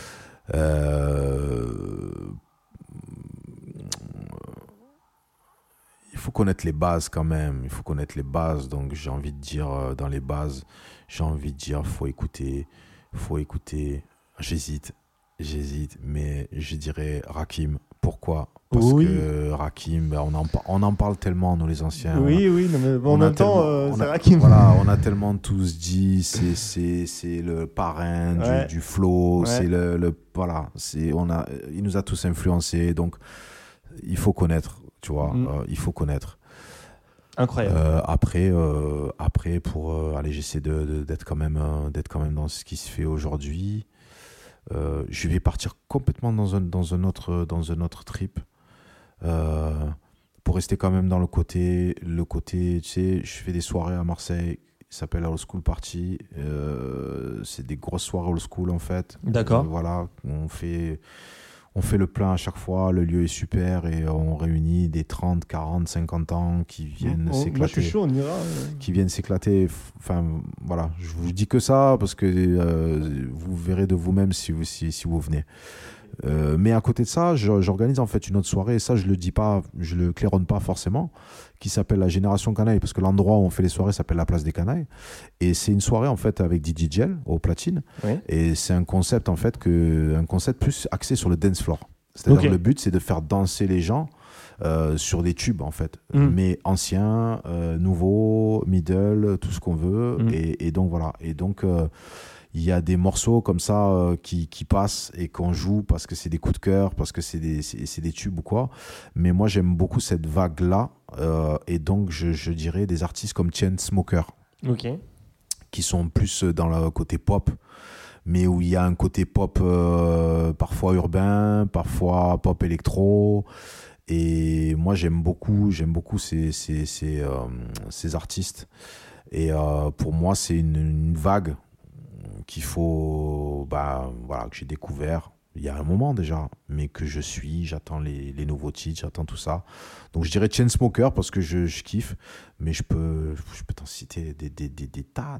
Il faut connaître les bases quand même. Il faut connaître les bases. Donc j'ai envie de dire dans les bases, faut écouter. J'hésite, mais je dirais Rakim. Pourquoi? Parce que Rakim, on en parle tellement, nous les anciens. Oui, mais en même temps, c'est Rakim. Voilà, on a tellement tous dit, c'est le parrain du flow, c'est voilà, il nous a tous influencés, donc il faut connaître, tu vois, il faut connaître. Incroyable. Après, pour j'essaie d'être quand même dans ce qui se fait aujourd'hui. Je vais partir complètement dans un autre trip pour rester quand même dans le côté, tu sais, je fais des soirées à Marseille, ça s'appelle Old School Party, c'est des grosses soirées old school en fait. D'accord. Voilà, On fait le plein à chaque fois, le lieu est super et on réunit des 30, 40, 50 ans qui viennent s'éclater. Moi, je suis chaud, on ira. Qui viennent s'éclater. Enfin, voilà, je vous dis que ça parce que vous verrez de vous-même si vous venez. Mais à côté de ça, j'organise en fait une autre soirée, et ça je le dis pas, je le claironne pas forcément, qui s'appelle la Génération Canaille, parce que l'endroit où on fait les soirées s'appelle la Place des Canailles, et c'est une soirée en fait avec DJ Gel au platine, et c'est un concept en fait un concept plus axé sur le dance floor. C'est-à-dire le but c'est de faire danser les gens sur des tubes en fait, mais anciens, nouveaux, middle, tout ce qu'on veut, et donc voilà, et donc il y a des morceaux comme ça qui passent et qu'on joue parce que c'est des coups de cœur, parce que c'est des tubes ou quoi. Mais moi, j'aime beaucoup cette vague-là. Et donc, je dirais des artistes comme Chainsmokers, qui sont plus dans le côté pop, mais où il y a un côté pop parfois urbain, parfois pop électro. Et moi, j'aime beaucoup ces artistes. Et pour moi, c'est une vague qu'il faut, que j'ai découvert il y a un moment déjà, mais que j'attends les nouveaux titres, j'attends tout ça. Donc je dirais Chainsmokers parce que je kiffe, mais je peux t'en citer des tas.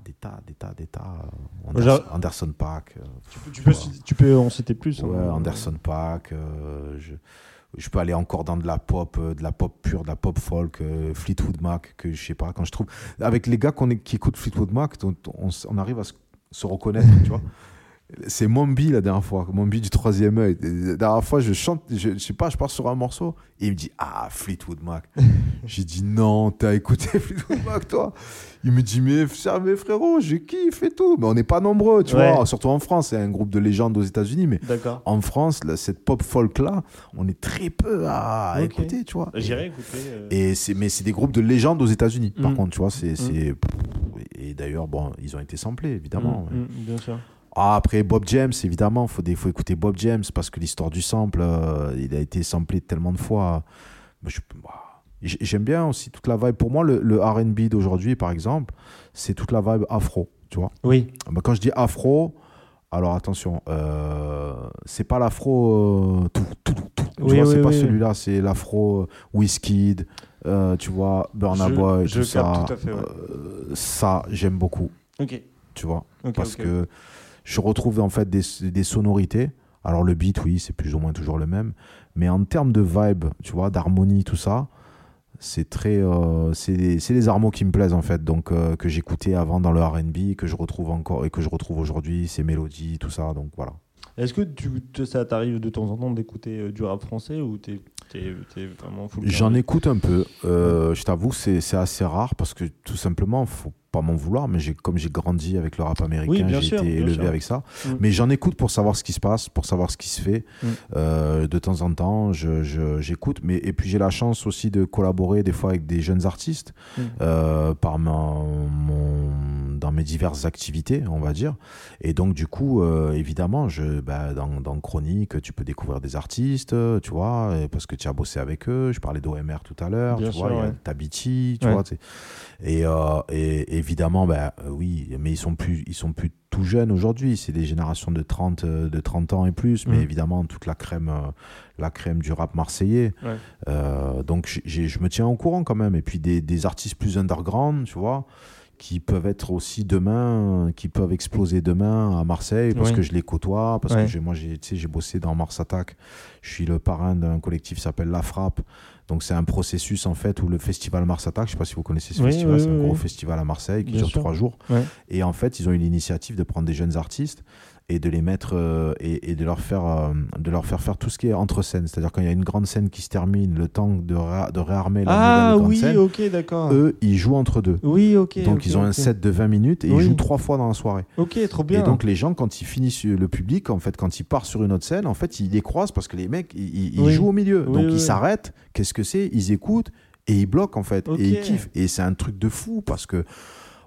Anderson .Paak. Tu peux en citer plus. Ouais, Anderson .Paak. Je peux aller encore dans de la pop pure, de la pop folk, Fleetwood Mac, que je sais pas, quand je trouve. Avec les gars qui écoutent Fleetwood Mac, on arrive à se reconnaître, tu vois. C'est Mombi la dernière fois, Mombi du Troisième œil. La dernière fois, je chante, je sais pas, je pars sur un morceau et il me dit Fleetwood Mac. J'ai dit non, t'as écouté Fleetwood Mac toi? Il me dit mais frérot, je kiffe et tout. Mais on n'est pas nombreux, tu vois. Surtout en France, c'est un groupe de légendes aux États-Unis, mais en France, là, cette pop folk là, on est très peu à écouter, tu vois. J'irai écouter. Mais c'est des groupes de légendes aux États-Unis. Par contre, tu vois, et d'ailleurs, bon, ils ont été samplés, évidemment. Bien sûr. Après, Bob James, évidemment, faut écouter Bob James parce que l'histoire du sample, il a été samplé tellement de fois. J'aime bien aussi toute la vibe. Pour moi, le R&B d'aujourd'hui, par exemple, c'est toute la vibe afro, tu vois. Oui. Quand je dis afro, alors attention, c'est pas l'afro tout. Tu vois, c'est pas celui-là, c'est l'afro Wizkid, tu vois, Burna Boy, tout ça. Tout à fait, ça, j'aime beaucoup. Tu vois, parce que je retrouve en fait des sonorités. Alors le beat, oui, c'est plus ou moins toujours le même, mais en termes de vibe, tu vois, d'harmonie, tout ça, c'est très, c'est les harmos qui me plaisent en fait, donc que j'écoutais avant dans le R&B, que je retrouve encore et que je retrouve aujourd'hui, ces mélodies, tout ça, donc voilà. Est-ce que ça t'arrive de temps en temps d'écouter du rap français ou t'es vraiment full? J'en écoute un peu. Je t'avoue, c'est assez rare parce que tout simplement, faut pas m'en vouloir, mais comme j'ai grandi avec le rap américain, j'ai été élevé avec ça. Mais j'en écoute pour savoir ce qui se passe, pour savoir ce qui se fait. De temps en temps, j'écoute. Et puis j'ai la chance aussi de collaborer des fois avec des jeunes artistes dans mes diverses activités, on va dire. Et donc du coup, évidemment, dans Chronique, tu peux découvrir des artistes, tu vois, parce que tu as bossé avec eux. Je parlais d'OMR tout à l'heure, tu vois, il y a Tabiti, tu vois. Et évidemment, oui, mais ils sont plus tout jeunes aujourd'hui. C'est des générations de 30 ans et plus, mais évidemment toute la crème du rap marseillais. Donc je me tiens au courant quand même. Et puis des artistes plus underground, tu vois, qui peuvent être aussi qui peuvent exploser demain à Marseille parce que je les côtoie, parce que moi j'ai bossé dans Mars Attack. Je suis le parrain d'un collectif qui s'appelle La Frappe. Donc c'est un processus en fait où le festival Mars Attack, je sais pas si vous connaissez ce festival, c'est un gros festival à Marseille qui dure 3 jours. Et en fait, ils ont eu l'initiative de prendre des jeunes artistes et de les mettre et de leur faire faire tout ce qui est entre scènes, c'est-à-dire quand il y a une grande scène qui se termine, le temps de réarmer la nouvelle grande scène. Ok, d'accord. Eux, ils jouent entre deux. Donc ils ont un set de 20 minutes et ils jouent 3 fois dans la soirée. Ok, trop bien. Et donc les gens, quand ils finissent le public, en fait, quand ils partent sur une autre scène, en fait, ils les croisent parce que les mecs, ils jouent au milieu. Donc ils s'arrêtent. Qu'est-ce que c'est? Ils écoutent et ils bloquent en fait et ils kiffent. Et c'est un truc de fou parce que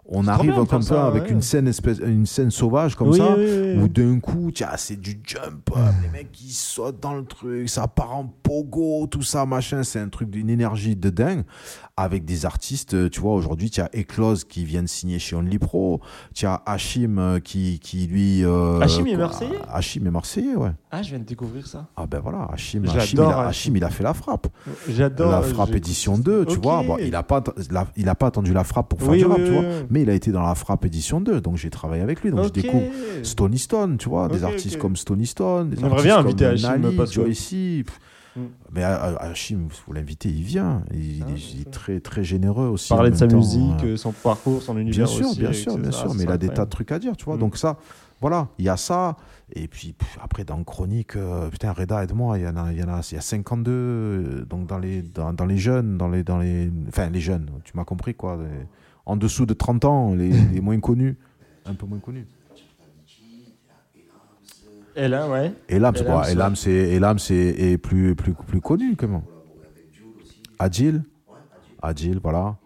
on C'est arrive trop bien de comme faire ça ça, avec ouais. une scène sauvage comme Oui, ça, oui, oui. où d'un coup, tiens, c'est du jump, les mecs qui sautent dans le truc, ça part en pogo, tout ça, machin, c'est un truc d'une énergie de dingue. Avec des artistes, tu vois, aujourd'hui, tu as Eclose qui vient de signer chez Only Pro, tu as Hachim qui lui... Hachim est Marseillais ? Hachim est Marseillais, ouais. Ah, je viens de découvrir ça. Ah ben voilà, J'adore Hachim, il a fait la frappe. J'adore. La frappe édition 2, tu Ok. vois. Bon, il a pas attendu la frappe pour faire Oui, du rap, oui, tu vois. oui, oui. Mais il a été dans la frappe édition 2, donc j'ai travaillé avec lui. Donc je Ok. découvre Stony Stone, tu vois, des Ok, artistes ok. comme Stony Stone, des On aimerait artistes bien comme inviter Hachim, Nali, parce que- Joe ici. Mm. Mais Hachim, vous l'invitez, il vient. Il Ah, est c'est très, très généreux aussi. Parler en de sa même temps, musique, son parcours, son univers Bien sûr, aussi, bien sûr, etc. bien sûr. Ça Mais il a serait des tas de incroyable. trucs à dire, tu vois. Mm. Donc ça, voilà, il y a ça. Et puis après, dans Chronique, putain, Reda, aide-moi, il y a 52, donc dans les jeunes, enfin les jeunes, tu m'as compris quoi. En dessous de 30 ans, les moins connus, un peu moins connus. Et là, ouais. Elam, Elam, c'est plus connu, comment. Adil, voilà.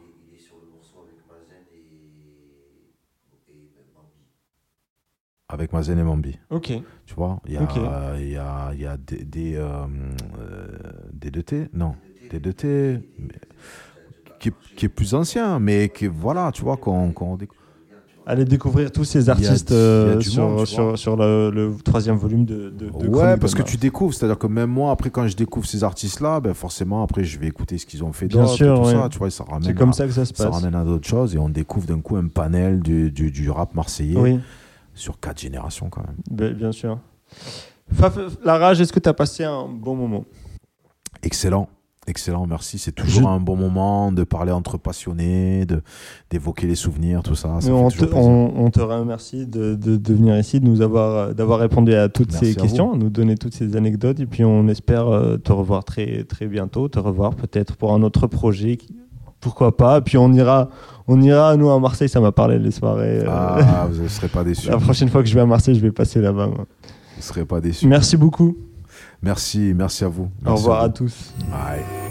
Avec Mazen et Mambi. Ok. Tu vois, il y a, Ok. il y a des 2T, non, des 2T, qui est plus ancien, mais qui, voilà, tu vois, qu'on découvre. Allez découvrir tous ces Il y a artistes du monde, tu vois. sur le 3e volume de Ouais, Chronique parce de que Mars. tu découvres, c'est-à-dire que même moi, après, quand je découvre ces artistes-là, ben forcément, après, je vais écouter ce qu'ils ont fait Bien d'autre, sûr, tout ouais. ça, tu vois, et ça ramène C'est comme ça que ça se ça passe. ramène à d'autres choses, et on découvre d'un coup un panel du rap marseillais Oui, sur 4 générations, quand même. bien sûr. Faf, la rage, est-ce que tu as passé un bon moment ? Excellent, merci. C'est toujours un bon moment de parler entre passionnés, d'évoquer les souvenirs, tout ça. Ça Nous, fait on, toujours te, plaisir. on te remercie de venir ici, d'avoir répondu à toutes Merci ces à questions, nous donner toutes ces anecdotes. Et puis, on espère te revoir très, très bientôt, te revoir peut-être pour un autre projet. Pourquoi pas. Puis, on ira, nous, à Marseille, ça m'a parlé les soirées. Ah, vous ne serez pas déçus. La prochaine fois que je vais à Marseille, je vais passer là-bas. Moi. Vous ne serez pas déçus. Merci beaucoup. Merci à vous. Au revoir à tous. Bye.